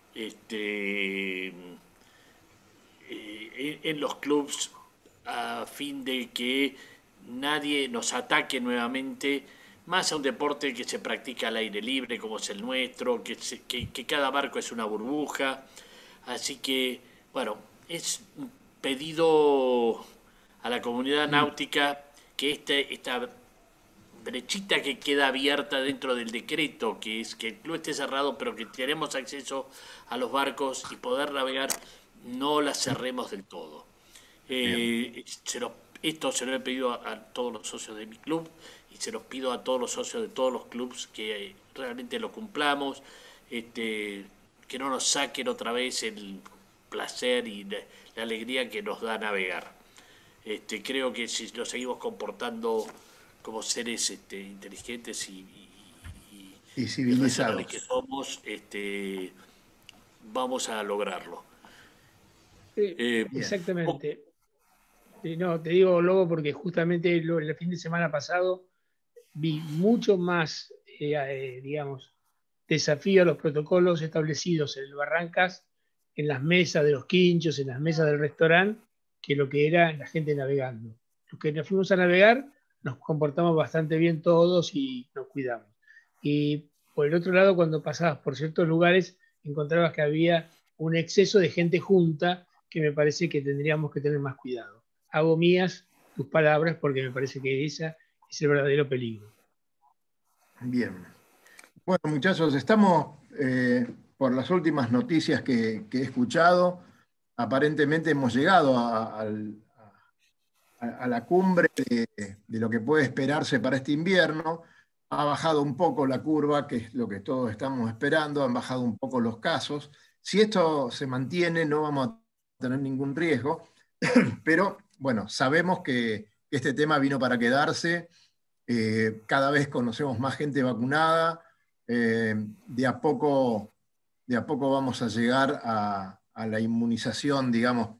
en los clubs, a fin de que nadie nos ataque nuevamente, más a un deporte que se practica al aire libre como es el nuestro, que cada barco es una burbuja. Así que, bueno, es un pedido a la comunidad náutica que esta brechita que queda abierta dentro del decreto, que es que el club esté cerrado, pero que tenemos acceso a los barcos y poder navegar, no la cerremos del todo. Bien. Esto se lo he pedido a todos los socios de mi club y se los pido a todos los socios de todos los clubs que realmente lo cumplamos, que no nos saquen otra vez el placer y la alegría que nos da navegar. Creo que si nos seguimos comportando como seres inteligentes Y y racionales civilizados. que somos, vamos a lograrlo. Bien. Exactamente. No, te digo, Lobo, porque justamente el fin de semana pasado vi mucho más, digamos, desafío a los protocolos establecidos en el Barrancas, en las mesas de los quinchos, en las mesas del restaurante, que lo que era la gente navegando. Los que nos fuimos a navegar nos comportamos bastante bien todos y nos cuidamos. Y por el otro lado, cuando pasabas por ciertos lugares, encontrabas que había un exceso de gente junta que me parece que tendríamos que tener más cuidado. Hago mías tus palabras porque me parece que esa es el verdadero peligro. Bien. Bueno, muchachos, estamos por las últimas noticias que he escuchado. Aparentemente hemos llegado a la cumbre de lo que puede esperarse para este invierno. Ha bajado un poco la curva, que es lo que todos estamos esperando, han bajado un poco los casos. Si esto se mantiene, no vamos a tener ningún riesgo, pero bueno, sabemos que este tema vino para quedarse. Cada vez conocemos más gente vacunada. De a poco vamos a llegar a la inmunización, digamos,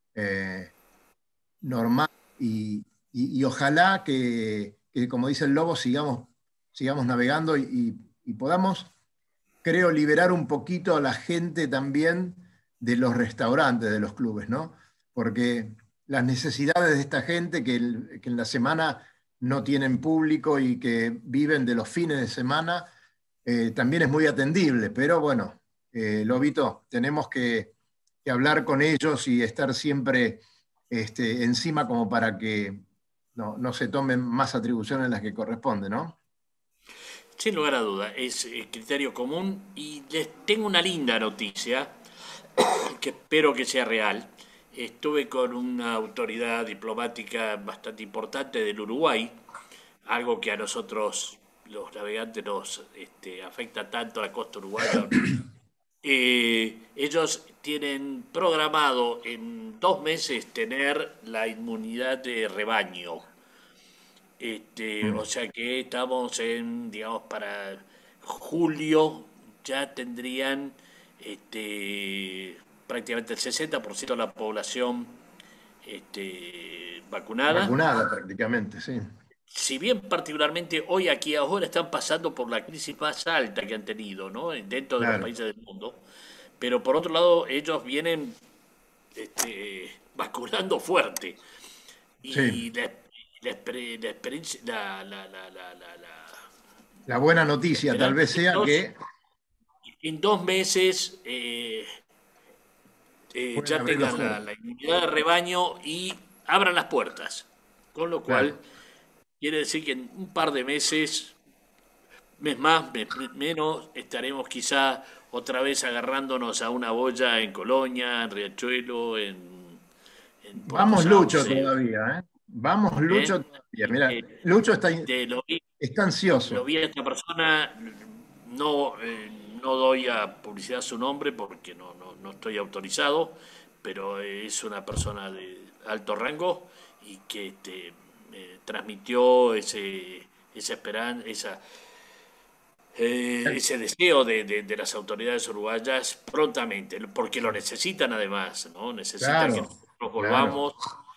normal y ojalá que, como dice el Lobo, sigamos navegando y podamos, creo, liberar un poquito a la gente también de los restaurantes, de los clubes, ¿no? Porque las necesidades de esta gente que en la semana no tienen público y que viven de los fines de semana, también es muy atendible, pero bueno, Lobito, tenemos que hablar con ellos y estar siempre encima como para que no se tomen más atribuciones en las que corresponde, ¿no? Sin lugar a duda, es criterio común y les tengo una linda noticia que espero que sea real. Estuve con una autoridad diplomática bastante importante del Uruguay, algo que a nosotros los navegantes nos afecta tanto a la costa uruguaya. Ellos tienen programado en 2 meses tener la inmunidad de rebaño. O sea que estamos digamos, para julio ya tendrían prácticamente el 60% de la población vacunada. Vacunada prácticamente, sí. Si bien particularmente hoy aquí ahora están pasando por la crisis más alta que han tenido, ¿no? Dentro de los Claro. países del mundo, pero por otro lado ellos vienen vacunando fuerte y Sí. la experiencia, La buena noticia tal vez sea que en 2 meses pueden ya abrir los tengan juegos. la inmunidad de rebaño y abran las puertas. Con lo cual, Claro. quiere decir que en un par de meses, mes más, mes menos, estaremos quizá otra vez agarrándonos a una boya en Colonia, en Riachuelo, en Puerto Vamos Lucho Sauce. todavía, ¿eh? Vamos Lucho todavía. Mira, Lucho Lo está ansioso. vi a esta persona, no, no doy a publicidad su nombre porque no estoy autorizado, pero es una persona de alto rango y que me transmitió esa esperanza, ese deseo de las autoridades uruguayas prontamente, porque lo necesitan además, ¿no? Necesitan que Claro, nosotros claro. volvamos.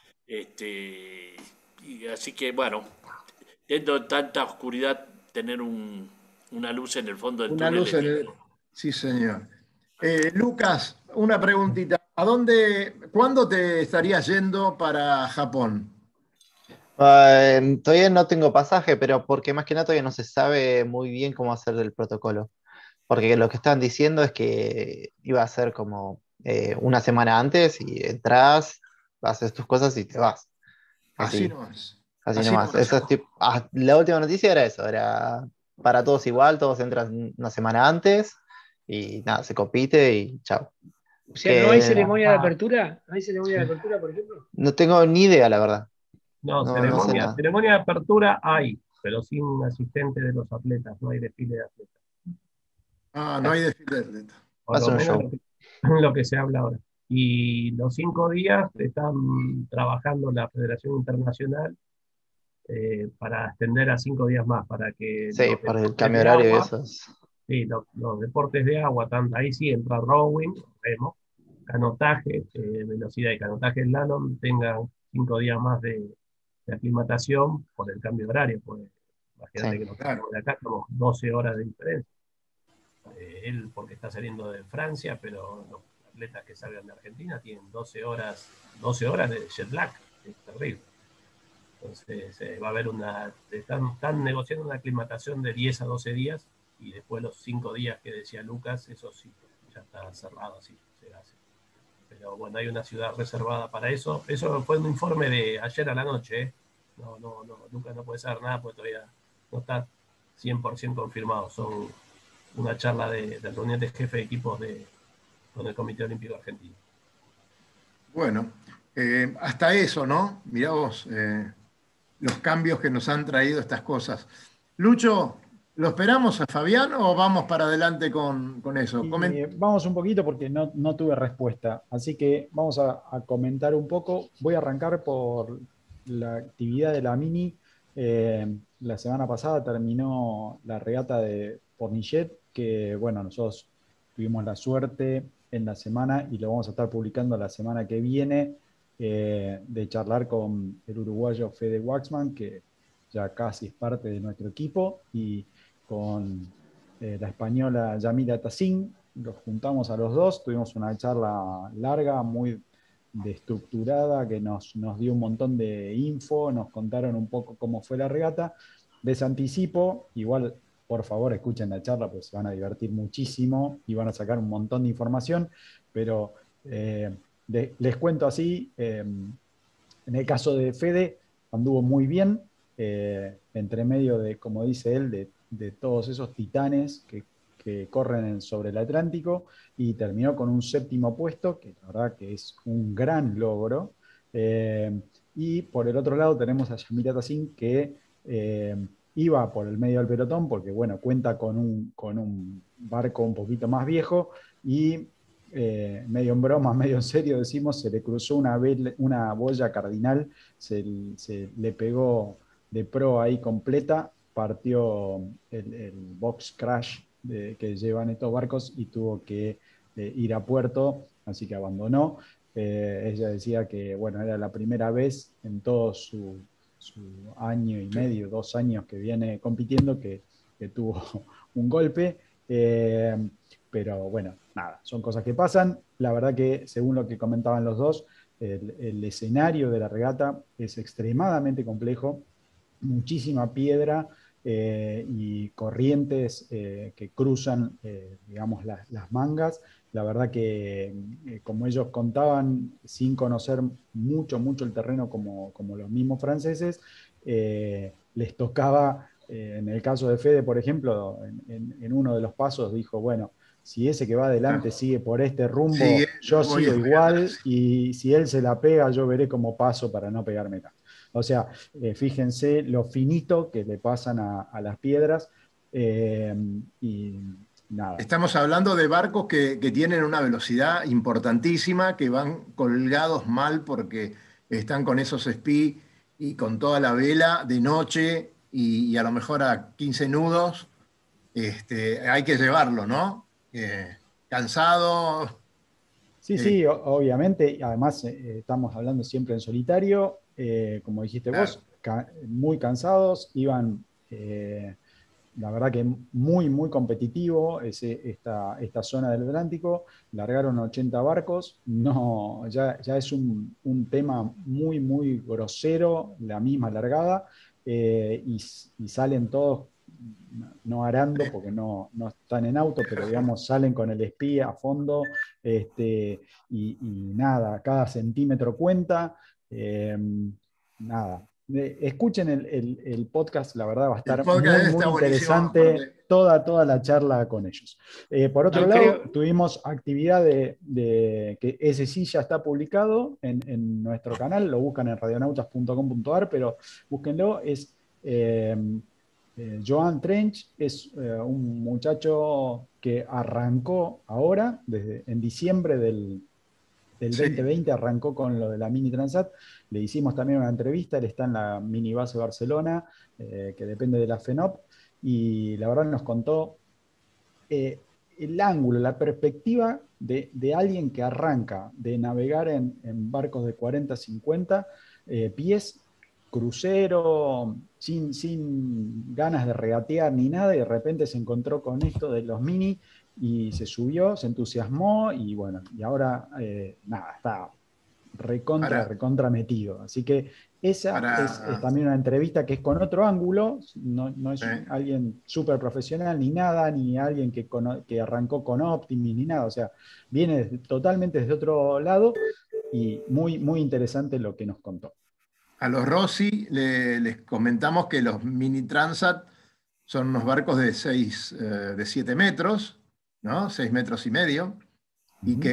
Y así que bueno, dentro de tanta oscuridad, tener una luz en el fondo del Una túnel luz es en el... lindo. Sí, señor. Lucas, una preguntita. ¿Cuándo te estarías yendo para Japón? Todavía no tengo pasaje, pero porque más que nada todavía no se sabe muy bien cómo hacer el protocolo. Porque lo que estaban diciendo es que iba a ser como una semana antes y entras, haces tus cosas y te vas. Así Así, nomás. así Así nomás. nomás. La última noticia era eso, era para todos igual, todos entran una semana antes y nada, se compite y chao. O sea, ¿no hay Que ceremonia de apertura? ¿No hay ceremonia de apertura, por ejemplo? no tengo ni idea, la verdad. No, No sé ceremonia, nada. ceremonia de apertura hay, pero sin asistente de los atletas, no hay desfile de atletas. No hay desfile de atleta. Por lo Hace un menos show. lo que se habla ahora. Y los 5 días están trabajando la Federación Internacional para extender a 5 días más, para que Sí, los para el deportes cambio de horario y agua, esos. sí, los deportes de agua, ahí sí entra rowing, remo, canotaje, velocidad y canotaje slalom, tengan 5 días más de aclimatación por el cambio de horario, pues imagínate Sí. que nosotros Claro. de acá estamos 12 horas de diferencia. Él porque está saliendo de Francia, pero los atletas que salgan de Argentina tienen 12 horas de jet lag, es terrible. Entonces va a haber están negociando una aclimatación de 10 a 12 días y después los 5 días que decía Lucas, eso sí, ya está cerrado, así se hace. Pero bueno, hay una ciudad reservada para eso. Eso fue un informe de ayer a la noche, ¿eh? No, Lucas no puede saber nada porque todavía no está 100% confirmado. Son una charla de reunión de jefe de equipos con el Comité Olímpico Argentino. Bueno, hasta eso, ¿no? Mirá vos, los cambios que nos han traído estas cosas. Lucho, ¿lo esperamos a Fabián o vamos para adelante con eso? Y vamos un poquito porque no tuve respuesta, así que vamos a comentar un poco. Voy a arrancar por la actividad de la Mini. La semana pasada terminó la regata de Pornichet, que bueno, nosotros tuvimos la suerte en la semana y lo vamos a estar publicando la semana que viene, de charlar con el uruguayo Fede Waxman, que ya casi es parte de nuestro equipo, y con la española Yamila Tassin. Los juntamos a los dos, tuvimos una charla larga, muy estructurada, que nos dio un montón de info, nos contaron un poco cómo fue la regata. Les anticipo, igual por favor escuchen la charla, pues se van a divertir muchísimo y van a sacar un montón de información, pero les cuento así, en el caso de Fede, anduvo muy bien, entre medio de, como dice él, de todos esos titanes que corren sobre el Atlántico, y terminó con un séptimo puesto, que la verdad que es un gran logro. Y por el otro lado tenemos a Yamila Tassin, que iba por el medio del pelotón, porque bueno, cuenta con un barco un poquito más viejo, y medio en broma, medio en serio decimos, se le cruzó una boya cardinal, se le pegó de pro ahí completa, partió el box crash que llevan estos barcos y tuvo que ir a puerto, así que abandonó. Ella decía que bueno, era la primera vez en todo su año y medio, 2 años que viene compitiendo, que tuvo un golpe. Pero bueno, nada, son cosas que pasan. La verdad que, según lo que comentaban los dos, el escenario de la regata es extremadamente complejo, muchísima piedra, y corrientes que cruzan, digamos, las mangas. La verdad que, como ellos contaban, sin conocer mucho el terreno como los mismos franceses, les tocaba, en el caso de Fede, por ejemplo, en uno de los pasos dijo, bueno, si ese que va adelante sigue por este Sí, rumbo, yo yo voy, sigo voy igual, atrás. y si él se la pega, yo veré cómo paso para no pegarme tanto. O sea, fíjense lo finito que le pasan a las piedras, eh, y nada. Estamos hablando de barcos que tienen una velocidad importantísima, que van colgados mal porque están con esos espi y con toda la vela de noche y a lo mejor a 15 nudos. Hay que llevarlo, ¿no? Cansado. Sí, eh, sí, obviamente, y además estamos hablando siempre en solitario, como dijiste claro. vos, muy cansados, iban, la verdad que muy competitivo esta zona del Atlántico, largaron 80 barcos, no, ya es un tema muy grosero, la misma largada, y salen todos, no arando porque no están en auto, pero digamos salen con el espía a fondo, y nada, cada centímetro cuenta. eh, Nada, escuchen el podcast, la verdad va a El estar podcast muy está buenísimo interesante porque toda la charla con ellos. Por otro Yo lado, creo, tuvimos actividad que ese sí ya está publicado en nuestro canal, lo buscan en radionautas.com.ar, pero búsquenlo, es eh, Joan Trench, es un muchacho que arrancó ahora, en diciembre del Sí. 2020 arrancó con lo de la Mini Transat. Le hicimos también una entrevista, él está en la Mini Base Barcelona, que depende de la FENOP, y la verdad nos contó el ángulo, la perspectiva de alguien que arranca de navegar en barcos de 40, 50 pies, crucero, sin ganas de regatear ni nada, y de repente se encontró con esto de los mini y se subió, se entusiasmó y bueno, y ahora nada, está Para, recontra metido. Así que esa es para, también una entrevista que es con otro ángulo, no es eh, alguien súper profesional ni nada, ni alguien que arrancó con Optimis ni nada, o sea, viene totalmente desde otro lado y muy, muy interesante lo que nos contó. a los Rossi les comentamos que los Mini Transat son unos barcos de 7 metros, ¿no? 6 metros y medio, y que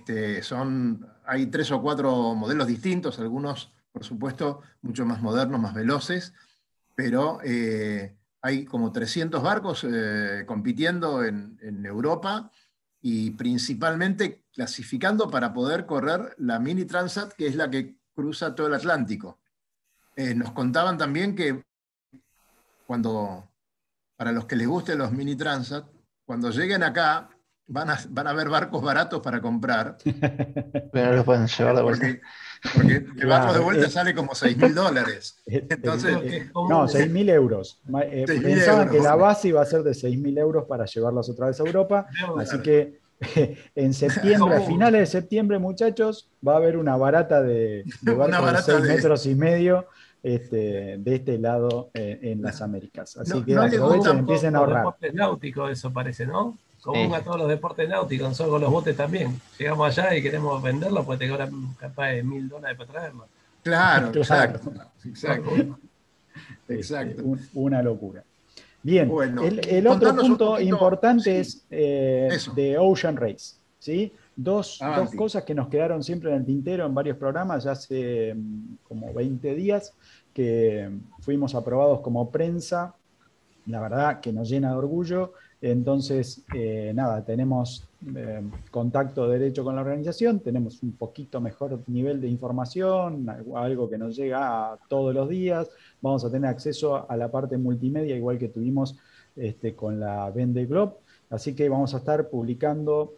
hay 3 o 4 modelos distintos, algunos, por supuesto, mucho más modernos, más veloces, pero hay como 300 barcos compitiendo en Europa y principalmente clasificando para poder correr la Mini Transat, que es la que cruza todo el Atlántico. Nos contaban también que cuando, para los que les gusten los Mini Transat, cuando lleguen acá van a ver barcos baratos para comprar, Pero no los pueden llevar de vuelta. porque llevarlos de Claro, vuelta sale como $6.000. Entonces, Creo que es no, común. 6.000 euros. 6.000 Pensaban que euros. la base iba a ser de 6.000 euros para llevarlos otra vez a Europa, así que en septiembre, a Común. finales de septiembre, muchachos, va a haber una barata de Una barcos de barata 6 de... metros y medio de este lado en las Américas. Así No, que no les aprovechen, gustan empiecen a Los ahorrar. deportes náuticos, eso parece, ¿no? Común Sí. a todos los deportes náuticos, nosotros con los botes también. Llegamos allá y queremos venderlo, pues te cobran capaz de $1.000 para traerlo. Claro, Claro. exacto. Exacto. Una locura. Bien, Bueno, y el otro contanos un punto poquito, importante sí, es eso, de Ocean Race. ¿Sí? Dos avanti. cosas que nos quedaron siempre en el tintero en varios programas, ya hace como 20 días, que fuimos aprobados como prensa, la verdad que nos llena de orgullo. Entonces, nada, tenemos contacto derecho con la organización, tenemos un poquito mejor nivel de información, algo que nos llega todos los días, vamos a tener acceso a la parte multimedia, igual que tuvimos con la Vende Globe, así que vamos a estar publicando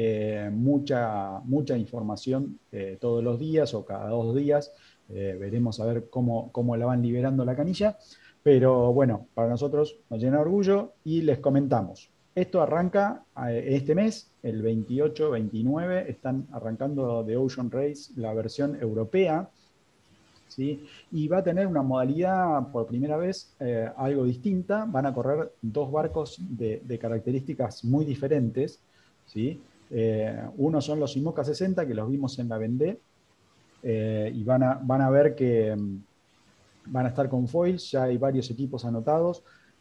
mucha información todos los días o cada 2 días, veremos a ver cómo la van liberando la canilla. Pero bueno, para nosotros nos llena de orgullo y les comentamos. Esto arranca este mes, el 28-29, están arrancando de Ocean Race la versión europea, ¿sí? Y va a tener una modalidad por primera vez algo distinta. Van a correr 2 barcos de características muy diferentes, ¿sí? Uno son los IMOCA 60, que los vimos en la Vendée, y van a ver que van a estar con foils, ya hay varios equipos anotados.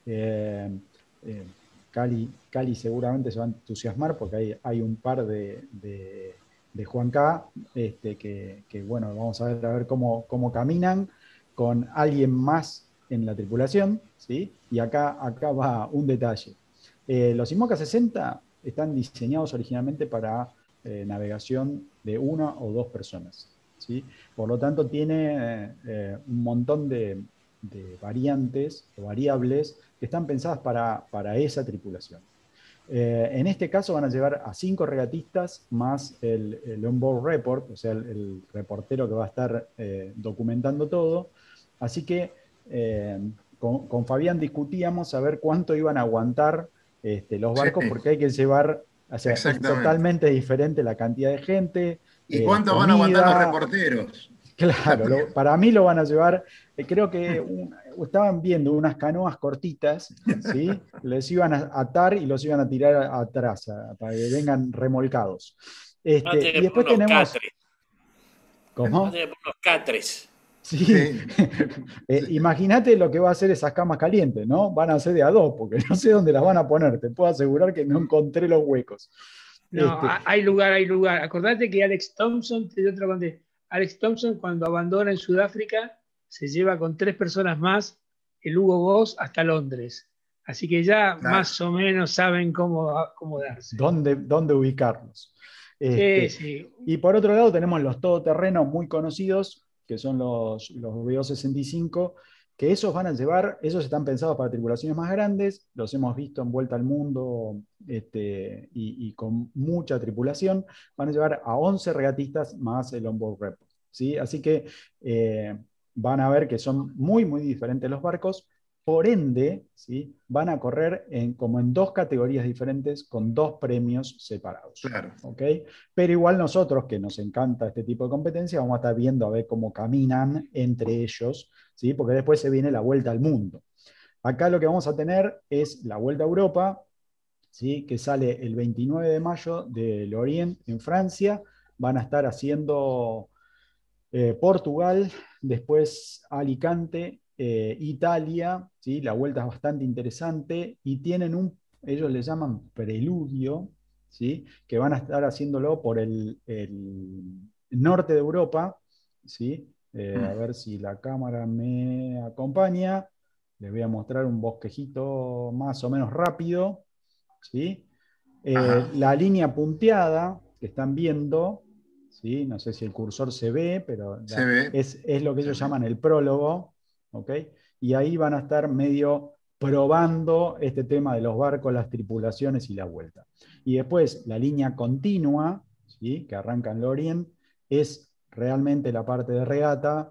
Cali seguramente se va a entusiasmar porque hay un par de Juan K, que bueno, vamos a ver cómo caminan con alguien más en la tripulación, ¿sí? Y acá va un detalle. Los IMOCA 60 están diseñados originalmente para navegación de 1 o 2 personas, ¿sí? Por lo tanto, tiene un montón de variantes o variables que están pensadas para esa tripulación. En este caso van a llevar a 5 regatistas más el onboard report, o sea, el reportero que va a estar documentando todo. Así que con Fabián discutíamos a ver cuánto iban a aguantar los Sí, barcos, porque hay que llevar, o sea, es exactamente. totalmente diferente la cantidad de gente, ¿Y cuánto van a aguantar los comida. reporteros? Claro, para mí lo van a llevar, creo que estaban viendo unas canoas cortitas, ¿sí? Les iban a atar y los iban a tirar atrás para que vengan remolcados. Van a tener Y que después poner unos tenemos, catres. Van a ¿cómo? tener que poner unos catres. Sí, Sí, sí. imagínate lo que va a hacer esas camas calientes, ¿no? Van a ser de a 2, porque no sé dónde las van a poner, te puedo asegurar que no encontré los huecos. No, hay lugar, hay lugar. Acordate que Alex Thompson, yo te lo conté, Alex Thompson cuando abandona en Sudáfrica se lleva con 3 personas más el Hugo Boss hasta Londres. Así que ya Claro. más o menos saben cómo darse. ¿Dónde ubicarlos? Sí. Y por otro lado tenemos los todoterrenos muy conocidos, que son los BO-65, que esos están pensados para tripulaciones más grandes, los hemos visto en Vuelta al Mundo y con mucha tripulación, van a llevar a 11 regatistas más el onboard report, ¿sí? Así que van a ver que son muy, muy diferentes los barcos. Por ende, ¿sí? Van a correr como en dos categorías diferentes con dos premios separados. Claro. ¿Okay? Pero igual nosotros, que nos encanta este tipo de competencia, vamos a estar viendo a ver cómo caminan entre ellos, ¿sí? Porque después se viene la vuelta al mundo. Acá lo que vamos a tener es la vuelta a Europa, ¿sí? Que sale el 29 de mayo de Lorient en Francia. Van a estar haciendo Portugal, después Alicante, Italia, ¿sí? La vuelta es bastante interesante y tienen ellos le llaman preludio, ¿sí? Que van a estar haciéndolo por el norte de Europa, ¿sí? A ver si la cámara me acompaña. Les voy a mostrar un bosquejito más o menos rápido, ¿sí? La línea punteada que están viendo, ¿sí? No sé si el cursor se ve, pero Se ve. es lo que ellos llaman el prólogo, ¿ok? Y ahí van a estar medio probando este tema de los barcos, las tripulaciones y la vuelta. Y después la línea continua, ¿sí? Que arranca en Lorient, es realmente la parte de regata.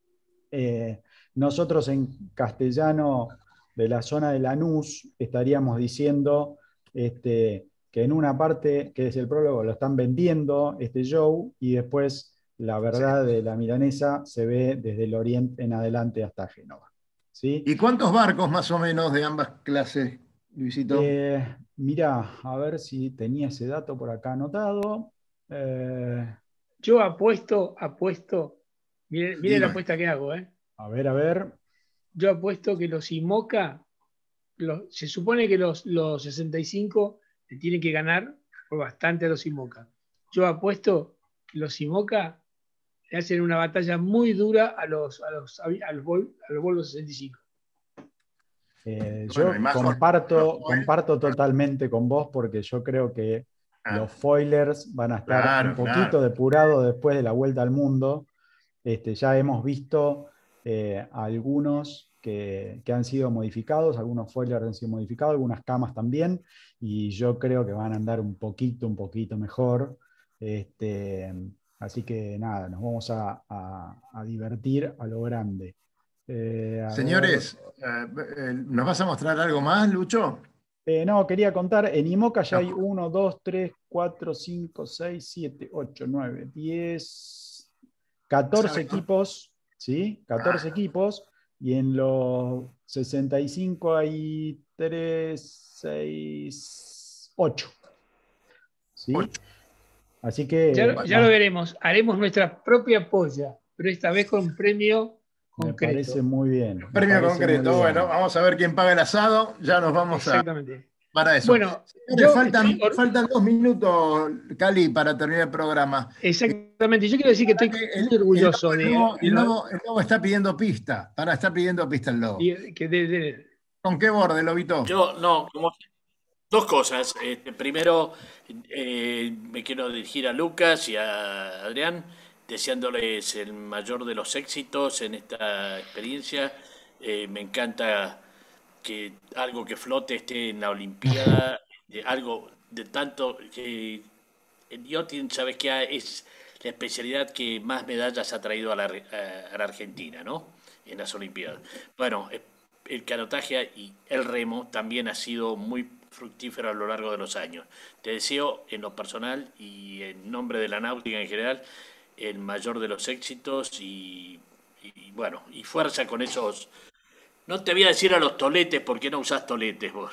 Nosotros en castellano de la zona de Lanús estaríamos diciendo que en una parte, que es el prólogo, lo están vendiendo este show, y después la verdad de la milanesa se ve desde el oriente en adelante hasta Génova. ¿Sí? ¿Y cuántos barcos más o menos de ambas clases, Luisito? Mirá, a ver si tenía ese dato por acá anotado. Yo apuesto, mire la apuesta que hago, ¿eh? A ver. Yo apuesto que los IMOCA, se supone que los 65 le tienen que ganar por bastante a los IMOCA. Yo apuesto que los IMOCA le hacen una batalla muy dura a los Volvo 65. Yo comparto totalmente con vos, porque yo creo que los foilers van a estar un poquito depurados después de la vuelta al mundo. Ya hemos visto algunos que han sido modificados, algunos foilers han sido modificados, algunas camas también, y yo creo que van a andar un poquito mejor. Así que nada, nos vamos a divertir a lo grande. Señores, ¿nos vas a mostrar algo más, Lucho? No, quería contar, en IMOCA ya hay 1, 2, 3, 4, 5, 6, 7, 8, 9, 10, 14 equipos, ¿sí? 14 equipos, y en los 65 hay 3, 6, 8. ¿Sí? 8. Así que... Ya lo veremos, haremos nuestra propia polla, pero esta vez con premio concreto. Me parece muy bien. Premio concreto, bueno, vamos a ver quién paga el asado, ya nos vamos para eso. Bueno, faltan 2 minutos, Cali, para terminar el programa. Exactamente, yo quiero decir que estoy muy orgulloso el lobo está pidiendo pista, está pidiendo pista el lobo. ¿Con qué borde, Lobito? Yo, no, dos cosas. Primero, me quiero dirigir a Lucas y a Adrián, deseándoles el mayor de los éxitos en esta experiencia. Me encanta que algo que flote esté en la Olimpiada, algo de tanto que el yachting, sabes que es la especialidad que más medallas ha traído a la Argentina, ¿no? En las Olimpiadas. Bueno, el canotaje y el remo también ha sido muy fructífero a lo largo de los años. Te deseo en lo personal y en nombre de la náutica en general el mayor de los éxitos y bueno, y fuerza con esos. No te voy a decir a los toletes, porque no usás toletes vos.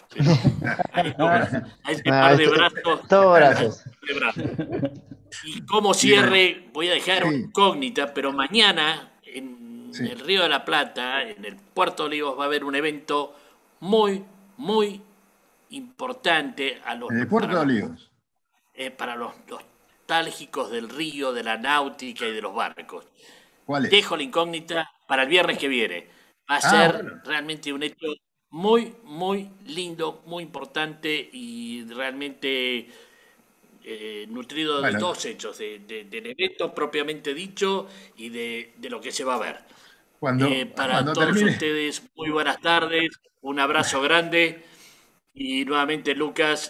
A ese par de brazos. Todos brazos. Y como cierre, voy a dejar una incógnita, pero mañana en el Río de la Plata, en el Puerto Olivos, va a haber un evento muy, muy importante en el Puerto de Olivos. Para los nostálgicos del río, de la náutica y de los barcos. ¿Cuál es? Dejo la incógnita para el viernes que viene. Va a ser realmente un hecho muy, muy lindo, muy importante y realmente nutrido de dos hechos, del evento propiamente dicho y de lo que se va a ver. Para todos ustedes, muy buenas tardes, un abrazo grande y nuevamente, Lucas.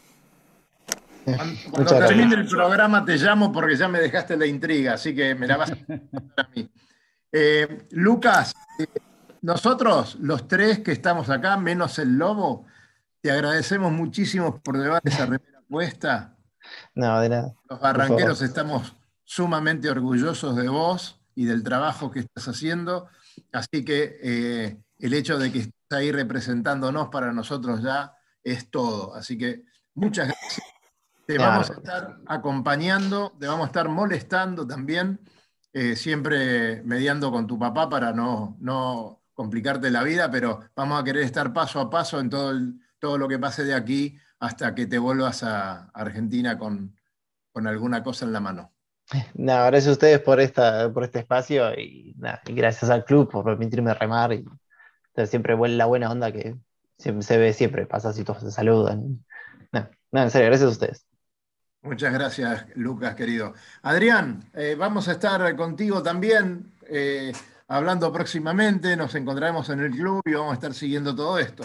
Cuando termine el programa te llamo porque ya me dejaste la intriga, así que me la vas a contar a mí. Lucas, nosotros, los tres que estamos acá, menos el Lobo, te agradecemos muchísimo por llevar esa remera puesta. No, de nada. Los barranqueros estamos sumamente orgullosos de vos y del trabajo que estás haciendo, así que el hecho de que estés ahí representándonos para nosotros ya es todo. Así que muchas gracias. Te vamos a estar acompañando, te vamos a estar molestando también, siempre mediando con tu papá para no complicarte la vida, pero vamos a querer estar paso a paso en todo lo que pase de aquí hasta que te vuelvas a Argentina con alguna cosa en la mano. No, gracias a ustedes por este espacio y gracias al club por permitirme remar y siempre la buena onda que se ve siempre, pasa si todos se saludan. No, en serio, gracias a ustedes. Muchas gracias, Lucas, querido. Adrián, vamos a estar contigo también hablando próximamente, nos encontraremos en el club y vamos a estar siguiendo todo esto.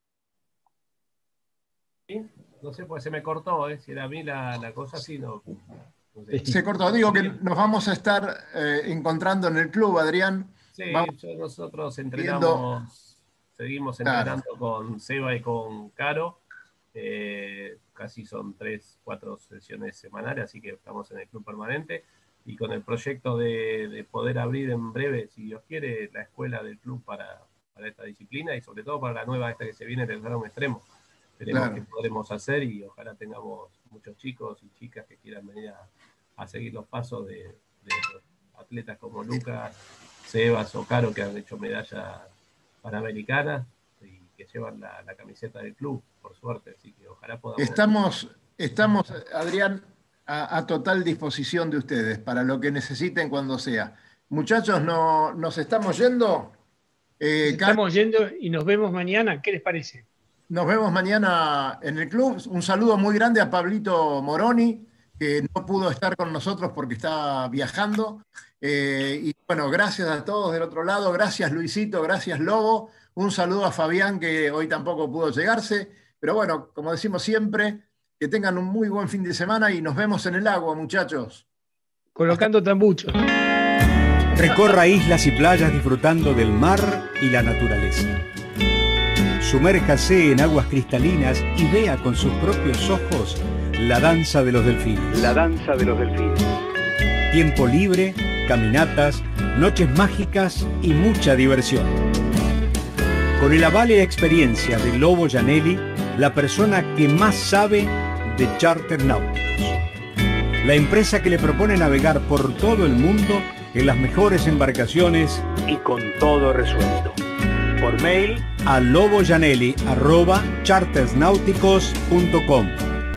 ¿Sí? No sé, pues se me cortó, si era a mí la cosa así, no sé. Se cortó, digo que nos vamos a estar encontrando en el club, Adrián. Sí, nosotros entrenamos, seguimos entrenando con Seba y con Caro. Casi son 3-4 sesiones semanales, así que estamos en el club permanente y con el proyecto de poder abrir en breve, si Dios quiere, la escuela del club para esta disciplina y sobre todo para la nueva esta que se viene del slalom extremo. Veremos qué podremos hacer y ojalá tengamos muchos chicos y chicas que quieran venir a seguir los pasos de atletas como Lucas, Sebas o Caro, que han hecho medallas panamericanas y que llevan la camiseta del club, por suerte, así que ojalá podamos... Estamos, Adrián, a total disposición de ustedes, para lo que necesiten cuando sea. Muchachos, nos estamos yendo. Estamos yendo y nos vemos mañana, ¿qué les parece? Nos vemos mañana en el club. Un saludo muy grande a Pablito Moroni, que no pudo estar con nosotros porque está viajando. Y bueno, gracias a todos del otro lado. Gracias, Luisito, gracias, Lobo. Un saludo a Fabián, que hoy tampoco pudo llegarse. Pero bueno, como decimos siempre, que tengan un muy buen fin de semana y nos vemos en el agua, muchachos. Colocando tambucho. Recorra islas y playas disfrutando del mar y la naturaleza. Sumérjase en aguas cristalinas y vea con sus propios ojos la danza de los delfines. La danza de los delfines. Tiempo libre, caminatas, noches mágicas y mucha diversión. Con el aval y la experiencia de Lobo Gianelli, la persona que más sabe de charter náuticos. La empresa que le propone navegar por todo el mundo en las mejores embarcaciones y con todo resuelto. Por mail a lobogianelli@chartersnáuticos.com.